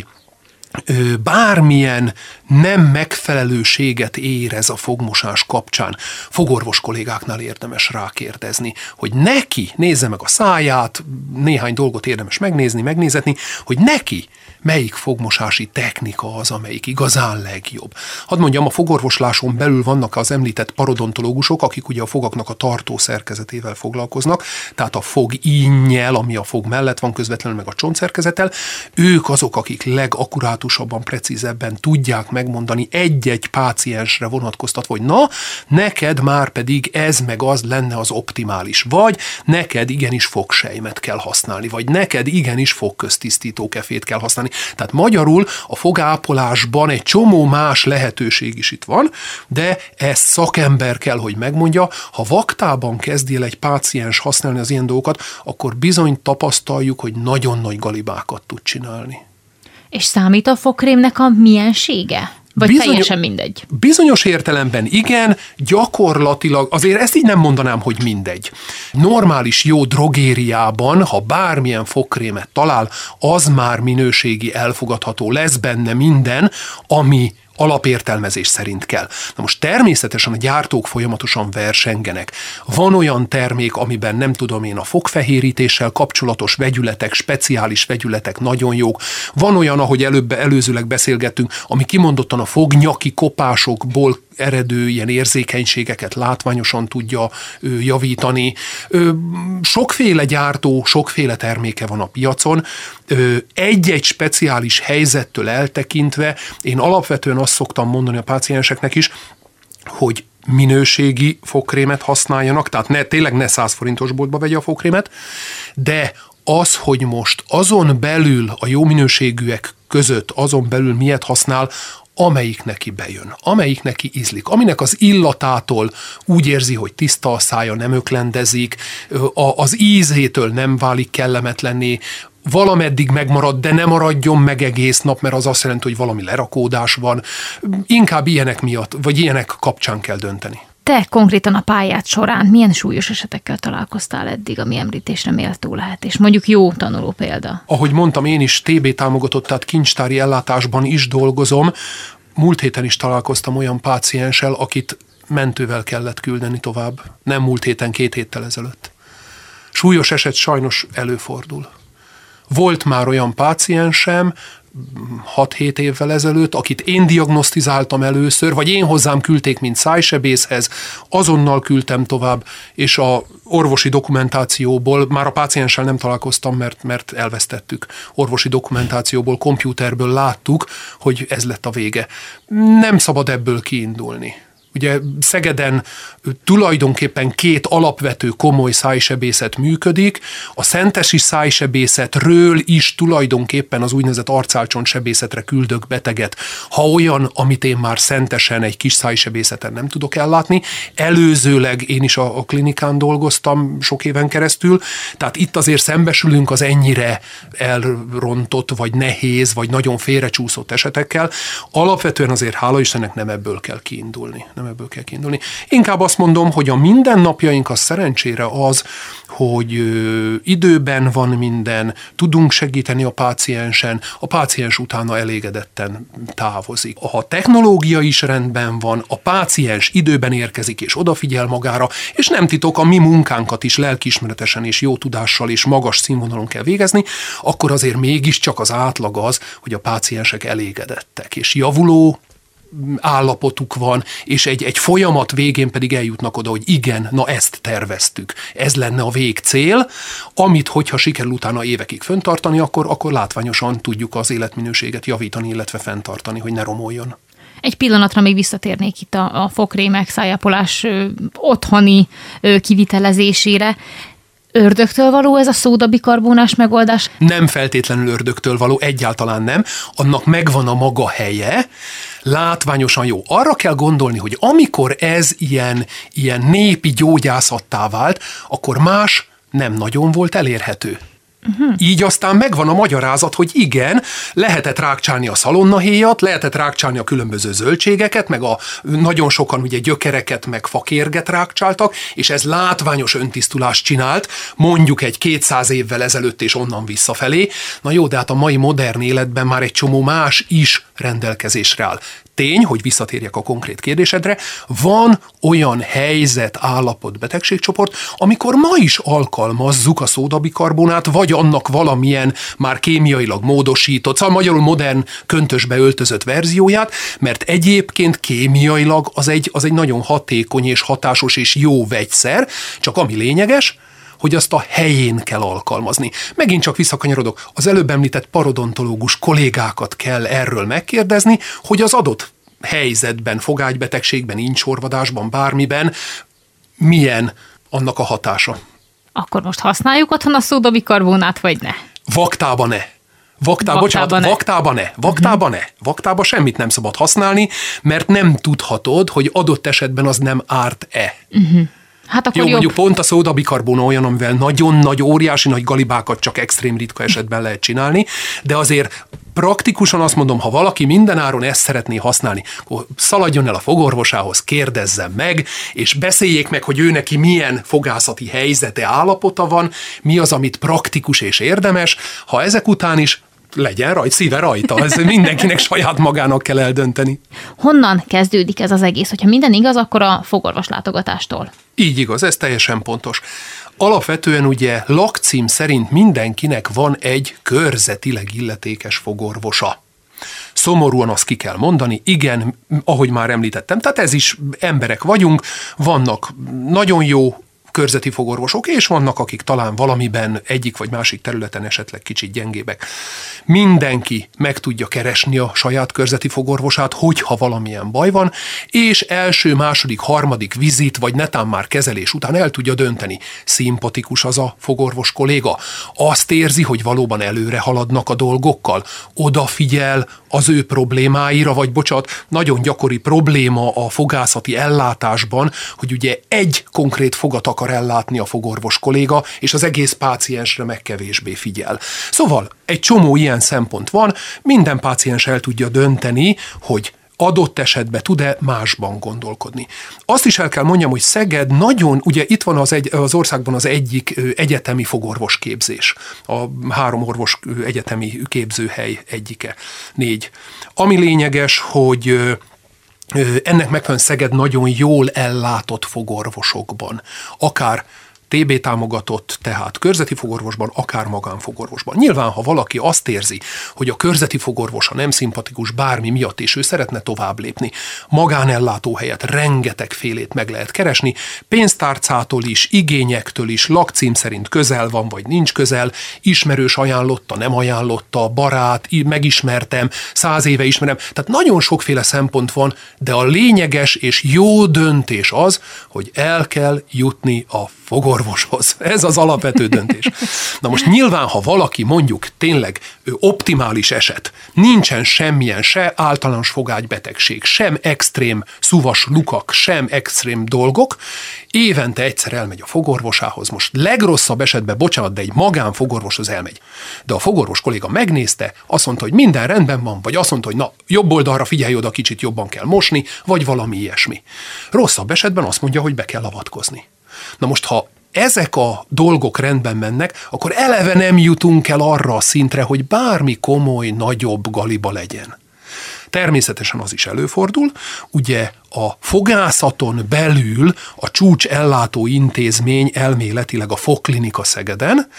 bármilyen nem megfelelőséget érez a fogmosás kapcsán, fogorvos kollégáknál érdemes rákérdezni, hogy neki, nézze meg a száját, néhány dolgot érdemes megnézni, megnézetni, hogy neki melyik fogmosási technika az, amelyik igazán legjobb. Hadd mondjam, a fogorvosláson belül vannak az említett parodontológusok, akik ugye a fogaknak a tartó szerkezetével foglalkoznak, tehát a fogínnyel, ami a fog mellett van közvetlenül, meg a csontszerkezettel, ők azok, akik legakurátusabban, precízebben tudják megmondani egy-egy páciensre vonatkoztatva, hogy na, neked már pedig ez meg az lenne az optimális, vagy neked igenis fogsejmet kell használni, vagy neked igenis fogköztisztító kefét kell használni. Tehát magyarul a fogápolásban egy csomó más lehetőség is itt van, de ezt szakember kell, hogy megmondja. Ha vaktában kezdi el egy páciens használni az ilyen dolgokat, akkor bizony tapasztaljuk, hogy nagyon nagy galibákat tud csinálni. És számít a fogkrémnek a miensége? Vagy Bizony, teljesen mindegy? Bizonyos értelemben igen, gyakorlatilag, azért ezt így nem mondanám, hogy mindegy. Normális jó drogériában, ha bármilyen fogkrémet talál, az már minőségi elfogadható, lesz benne minden, ami alapértelmezés szerint kell. Na most természetesen a gyártók folyamatosan versengenek. Van olyan termék, amiben nem tudom én, a fogfehérítéssel kapcsolatos vegyületek, speciális vegyületek nagyon jók. Van olyan, ahogy előbb előzőleg beszélgettünk, ami kimondottan a fognyaki kopásokból eredő ilyen érzékenységeket látványosan tudja ö, javítani. Ö, sokféle gyártó, sokféle terméke van a piacon. Ö, egy-egy speciális helyzettől eltekintve én alapvetően azt szoktam mondani a pácienseknek is, hogy minőségi fogkrémet használjanak, tehát ne, tényleg ne száz forintos boltba vegye a fogkrémet, de az, hogy most azon belül a jó minőségűek között, azon belül miért használ, amelyik neki bejön, amelyik neki ízlik, aminek az illatától úgy érzi, hogy tiszta a szája, nem öklendezik, az ízétől nem válik kellemetlenné, valameddig megmarad, de ne maradjon meg egész nap, mert az azt jelenti, hogy valami lerakódás van. Inkább ilyenek miatt, vagy ilyenek kapcsán kell dönteni. Te konkrétan a pályád során milyen súlyos esetekkel találkoztál eddig, ami említésre méltó lehet, és mondjuk jó tanuló példa? Ahogy mondtam, én is té bé támogatott, tehát kincstári ellátásban is dolgozom. Múlt héten is találkoztam olyan pácienssel, akit mentővel kellett küldeni tovább. Nem múlt héten, két héttel ezelőtt. Súlyos eset sajnos előfordul. Volt már olyan páciensem, hat-hét évvel ezelőtt, akit én diagnosztizáltam először, vagy én hozzám küldték, mint szájsebészhez, azonnal küldtem tovább, és a orvosi dokumentációból, már a pácienssel nem találkoztam, mert, mert elvesztettük. Orvosi dokumentációból, kompjúterből láttuk, hogy ez lett a vége. Nem szabad ebből kiindulni. Ugye Szegeden tulajdonképpen két alapvető komoly szájsebészet működik. A szentesi szájsebészetről is tulajdonképpen az úgynevezett arcálcsontsebészetre küldök beteget, ha olyan, amit én már Szentesen egy kis szájsebészeten nem tudok ellátni. Előzőleg én is a, a klinikán dolgoztam sok éven keresztül, tehát itt azért szembesülünk az ennyire elrontott, vagy nehéz, vagy nagyon félrecsúszott esetekkel. Alapvetően azért hála Istennek nem ebből kell kiindulni. Nem ebből kell kiindulni. Inkább azt mondom, hogy a mindennapjaink az szerencsére az, hogy ö, időben van minden, tudunk segíteni a páciensen, a páciens utána elégedetten távozik. A technológia is rendben van, a páciens időben érkezik és odafigyel magára, és nem titok, a mi munkánkat is lelkiismeretesen és jó tudással és magas színvonalon kell végezni, akkor azért mégiscsak az átlag az, hogy a páciensek elégedettek, és javuló állapotuk van, és egy, egy folyamat végén pedig eljutnak oda, hogy igen, na ezt terveztük, ez lenne a végcél, amit, hogyha sikerül utána évekig fenntartani, akkor, akkor látványosan tudjuk az életminőséget javítani, illetve fenntartani, hogy ne romoljon. Egy pillanatra még visszatérnék itt a, a fogkrémek, szájápolás ö, otthoni ö, kivitelezésére. Ördögtől való ez a szódabikarbónás megoldás? Nem feltétlenül ördögtől való, egyáltalán nem. Annak megvan a maga helye, látványosan jó. Arra kell gondolni, hogy amikor ez ilyen, ilyen népi gyógyászattá vált, akkor más nem nagyon volt elérhető. Uh-huh. Így aztán megvan a magyarázat, hogy igen, lehetett rákcsálni a szalonnahéjat, lehetett rákcsálni a különböző zöldségeket, meg a nagyon sokan ugye gyökereket, meg fakérget rákcsáltak, és ez látványos öntisztulást csinált, mondjuk egy kétszáz évvel ezelőtt és onnan visszafelé. Na jó, de hát a mai modern életben már egy csomó más is rendelkezésre áll. Tény, hogy visszatérjek a konkrét kérdésedre, van olyan helyzet, állapot, betegségcsoport, amikor ma is alkalmazzuk a szódabikarbonát, vagy annak valamilyen már kémiailag módosított, szóval magyarul modern köntösbe öltözött verzióját, mert egyébként kémiailag az egy, az egy nagyon hatékony és hatásos és jó vegyszer, csak ami lényeges, hogy azt a helyén kell alkalmazni. Megint csak visszakanyarodok, az előbb említett parodontológus kollégákat kell erről megkérdezni, hogy az adott helyzetben, fogágybetegségben, incsorvadásban, bármiben milyen annak a hatása. Akkor most használjuk otthon a szódabikarbonát, vagy ne? Vaktába ne. Vaktá, bocsánat, ne. Vaktába ne. Vaktába uh-huh. ne. Vaktába semmit nem szabad használni, mert nem tudhatod, hogy adott esetben az nem árt-e. Uh-huh. Hát akkor jó, jobb. mondjuk pont a szódabikarbona olyan, amivel nagyon nagy, óriási nagy galibákat csak extrém ritka esetben lehet csinálni, de azért praktikusan azt mondom, ha valaki mindenáron ezt szeretné használni, akkor szaladjon el a fogorvosához, kérdezzen meg, és beszéljék meg, hogy ő neki milyen fogászati helyzete, állapota van, mi az, amit praktikus és érdemes. Ha ezek után is legyen rajta, szíve rajta, ez mindenkinek saját magának kell eldönteni. Honnan kezdődik ez az egész? Hogyha minden igaz, akkor a fogorvos látogatástól. Így igaz, ez teljesen pontos. Alapvetően ugye lakcím szerint mindenkinek van egy körzetileg illetékes fogorvosa. Szomorúan azt ki kell mondani, igen, ahogy már említettem, tehát ez is emberek vagyunk, vannak nagyon jó körzeti fogorvosok, és vannak, akik talán valamiben egyik vagy másik területen esetleg kicsit gyengébbek. Mindenki meg tudja keresni a saját körzeti fogorvosát, hogyha valamilyen baj van, és első, második, harmadik vizit, vagy netán már kezelés után el tudja dönteni. Szimpatikus az a fogorvos kolléga. Azt érzi, hogy valóban előre haladnak a dolgokkal. Odafigyel az ő problémáira, vagy bocsánat, nagyon gyakori probléma a fogászati ellátásban, hogy ugye egy konkrét fogat akar ellátni a fogorvos kolléga, és az egész páciensre meg kevésbé figyel. Szóval egy csomó ilyen szempont van, minden páciens el tudja dönteni, hogy adott esetben tud-e másban gondolkodni. Azt is el kell mondjam, hogy Szeged nagyon, ugye itt van az, egy, az országban az egyik egyetemi fogorvosképzés, a három orvos egyetemi képzőhely egyike, négy. Ami lényeges, hogy ennek megfelelően Szeged nagyon jól ellátott fogorvosokban, akár té bé támogatott, tehát körzeti fogorvosban, akár magánfogorvosban. Nyilván, ha valaki azt érzi, hogy a körzeti fogorvosa nem szimpatikus bármi miatt, és ő szeretne tovább lépni, magánellátó helyett rengetegfélét meg lehet keresni, pénztárcától is, igényektől is, lakcím szerint közel van, vagy nincs közel, ismerős ajánlotta, nem ajánlotta, barát, megismertem, száz éve ismerem. Tehát nagyon sokféle szempont van, de a lényeges és jó döntés az, hogy el kell jutni a fogorvoshoz. Ez az alapvető döntés. Na most nyilván, ha valaki mondjuk tényleg optimális eset, nincsen semmilyen se általános fogágybetegség, sem extrém szuvas lukak, sem extrém dolgok, évente egyszer elmegy a fogorvosához. Most legrosszabb esetben, bocsánat, de egy magánfogorvoshoz elmegy. De a fogorvos kolléga megnézte, azt mondta, hogy minden rendben van, vagy azt mondta, hogy na, jobb oldalra figyelj oda, kicsit jobban kell mosni, vagy valami ilyesmi. Rosszabb esetben azt mondja, hogy be kell avatkozni. Na most, ha ezek a dolgok rendben mennek, akkor eleve nem jutunk el arra a szintre, hogy bármi komoly, nagyobb galiba legyen. Természetesen az is előfordul, ugye a fogászaton belül a csúcs ellátó intézmény elméletileg a Fogklinika Szegeden,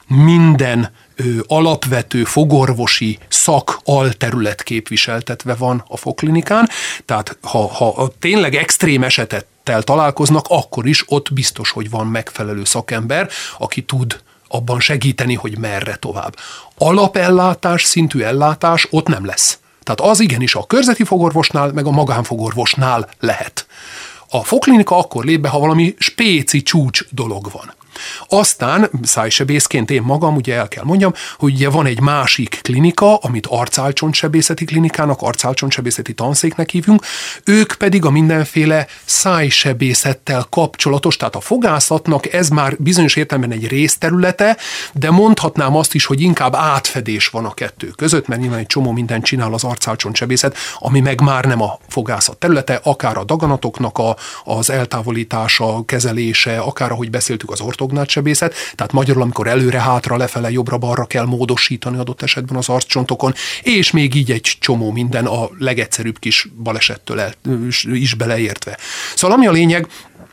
minden ö, alapvető fogorvosi szak alterület képviseltetve van a Fogklinikán, tehát ha, ha tényleg extrém esetet találkoznak, akkor is ott biztos, hogy van megfelelő szakember, aki tud abban segíteni, hogy merre tovább. Alapellátás, szintű ellátás ott nem lesz. Tehát az igenis a körzeti fogorvosnál, meg a magánfogorvosnál lehet. A Fogklinika akkor lép be, ha valami spéci csúcs dolog van. Aztán szájsebészként én magam, ugye el kell mondjam, hogy ugye van egy másik klinika, amit arcálcsontsebészeti klinikának, arcálcsontsebészeti tanszéknek hívunk, ők pedig a mindenféle szájsebészettel kapcsolatos, tehát a fogászatnak ez már bizonyos értelemben egy részterülete, de mondhatnám azt is, hogy inkább átfedés van a kettő között, mert nyilván egy csomó mindent csinál az arcálcsontsebészet, ami meg már nem a fogászat területe, akár a daganatoknak a, az eltávolítása, kezelése, akár ahogy beszéltük az ortognát-sebészet, tehát magyarul, amikor előre-hátra, lefele, jobbra-balra kell módosítani adott esetben az arccsontokon, és még így egy csomó minden a legegyszerűbb kis balesettől el, is beleértve. Szóval ami a lényeg,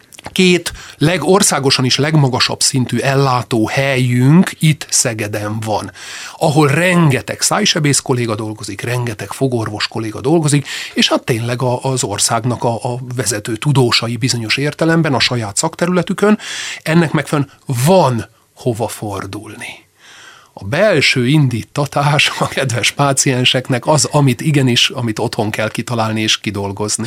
két legországosan is legmagasabb szintű ellátó helyünk itt Szegeden van, ahol rengeteg szájsebész kolléga dolgozik, rengeteg fogorvos kolléga dolgozik, és hát tényleg az országnak a, a vezető tudósai bizonyos értelemben a saját szakterületükön, ennek megfelelően van hova fordulni. A belső indítatás a kedves pácienseknek az, amit igenis, amit otthon kell kitalálni és kidolgozni.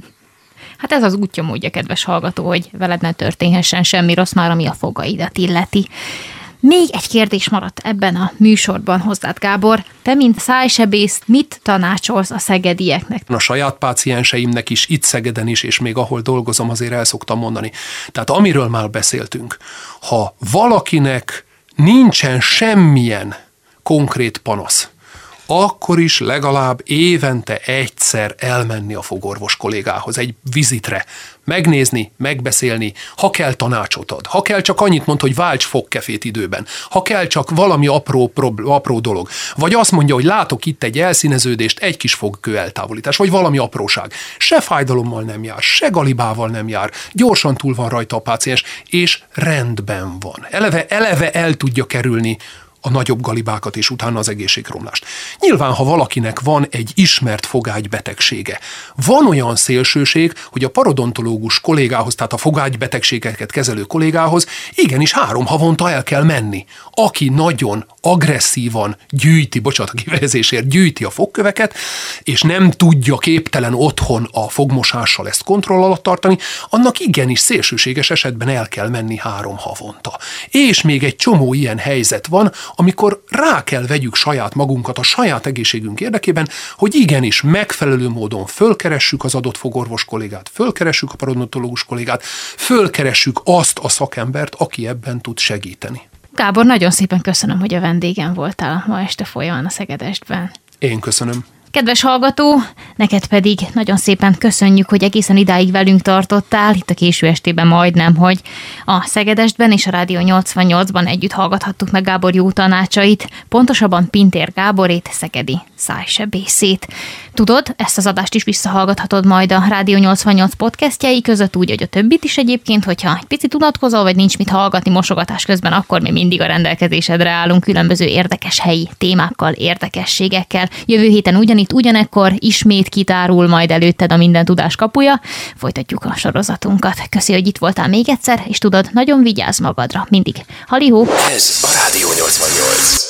Hát ez az útja módja, kedves hallgató, hogy veled ne történhessen semmi rossz már, ami a fogaidat illeti. Még egy kérdés maradt ebben a műsorban hozzád, Gábor. Te, mint szájsebész, mit tanácsolsz a szegedieknek? A saját pácienseimnek is, itt Szegeden is, és még ahol dolgozom, azért el szoktam mondani. Tehát amiről már beszéltünk, ha valakinek nincsen semmilyen konkrét panasz, akkor is legalább évente egyszer elmenni a fogorvos kollégához, egy vizitre, megnézni, megbeszélni, ha kell tanácsot ad, ha kell csak annyit mond, hogy válts fogkefét időben, ha kell csak valami apró, apró dolog, vagy azt mondja, hogy látok itt egy elszíneződést, egy kis fogkő eltávolítás, vagy valami apróság. Se fájdalommal nem jár, se galibával nem jár, gyorsan túl van rajta a páciens, és rendben van. Eleve, eleve el tudja kerülni a nagyobb galibákat és utána az egészségromlást. Nyilván, ha valakinek van egy ismert fogágybetegsége, van olyan szélsőség, hogy a parodontológus kollégához, tehát a fogágybetegségeket kezelő kollégához igenis három havonta el kell menni. Aki nagyon agresszívan gyűjti, bocsánat a kifejezésért, gyűjti a fogköveket, és nem tudja, képtelen otthon a fogmosással ezt kontroll alatt tartani, annak igenis szélsőséges esetben el kell menni három havonta. És még egy csomó ilyen helyzet van, amikor rá kell vegyük saját magunkat a saját egészségünk érdekében, hogy igenis megfelelő módon fölkeressük az adott fogorvos kollégát, fölkeressük a parodontológus kollégát, fölkeressük azt a szakembert, aki ebben tud segíteni. Gábor, nagyon szépen köszönöm, hogy a vendégem voltál ma este folyamán a Szegedestben. Én köszönöm. Kedves hallgató, neked pedig nagyon szépen köszönjük, hogy egészen idáig velünk tartottál, itt a késő estében majdnem, hogy a Szegedestben és a Rádió nyolcvannyolcban együtt hallgathattuk meg Gábor jó tanácsait, pontosabban Pintér Gáborét, szegedi szájsebészét. Tudod, ezt az adást is visszahallgathatod majd a Rádió nyolcvannyolc podcastjai között, úgy, hogy a többit is egyébként, hogyha egy picit unatkozol, vagy nincs mit hallgatni mosogatás közben, akkor mi mindig a rendelkezésedre állunk különböző érdekes helyi témákkal, érdekességekkel. Jövő héten ugyanitt, ugyanekkor ismét kitárul majd előtted a minden tudás kapuja. Folytatjuk a sorozatunkat. Köszi, hogy itt voltál még egyszer, és tudod, nagyon vigyázz magadra, mindig. Halihó! Ez a Rádió nyolcvannyolc.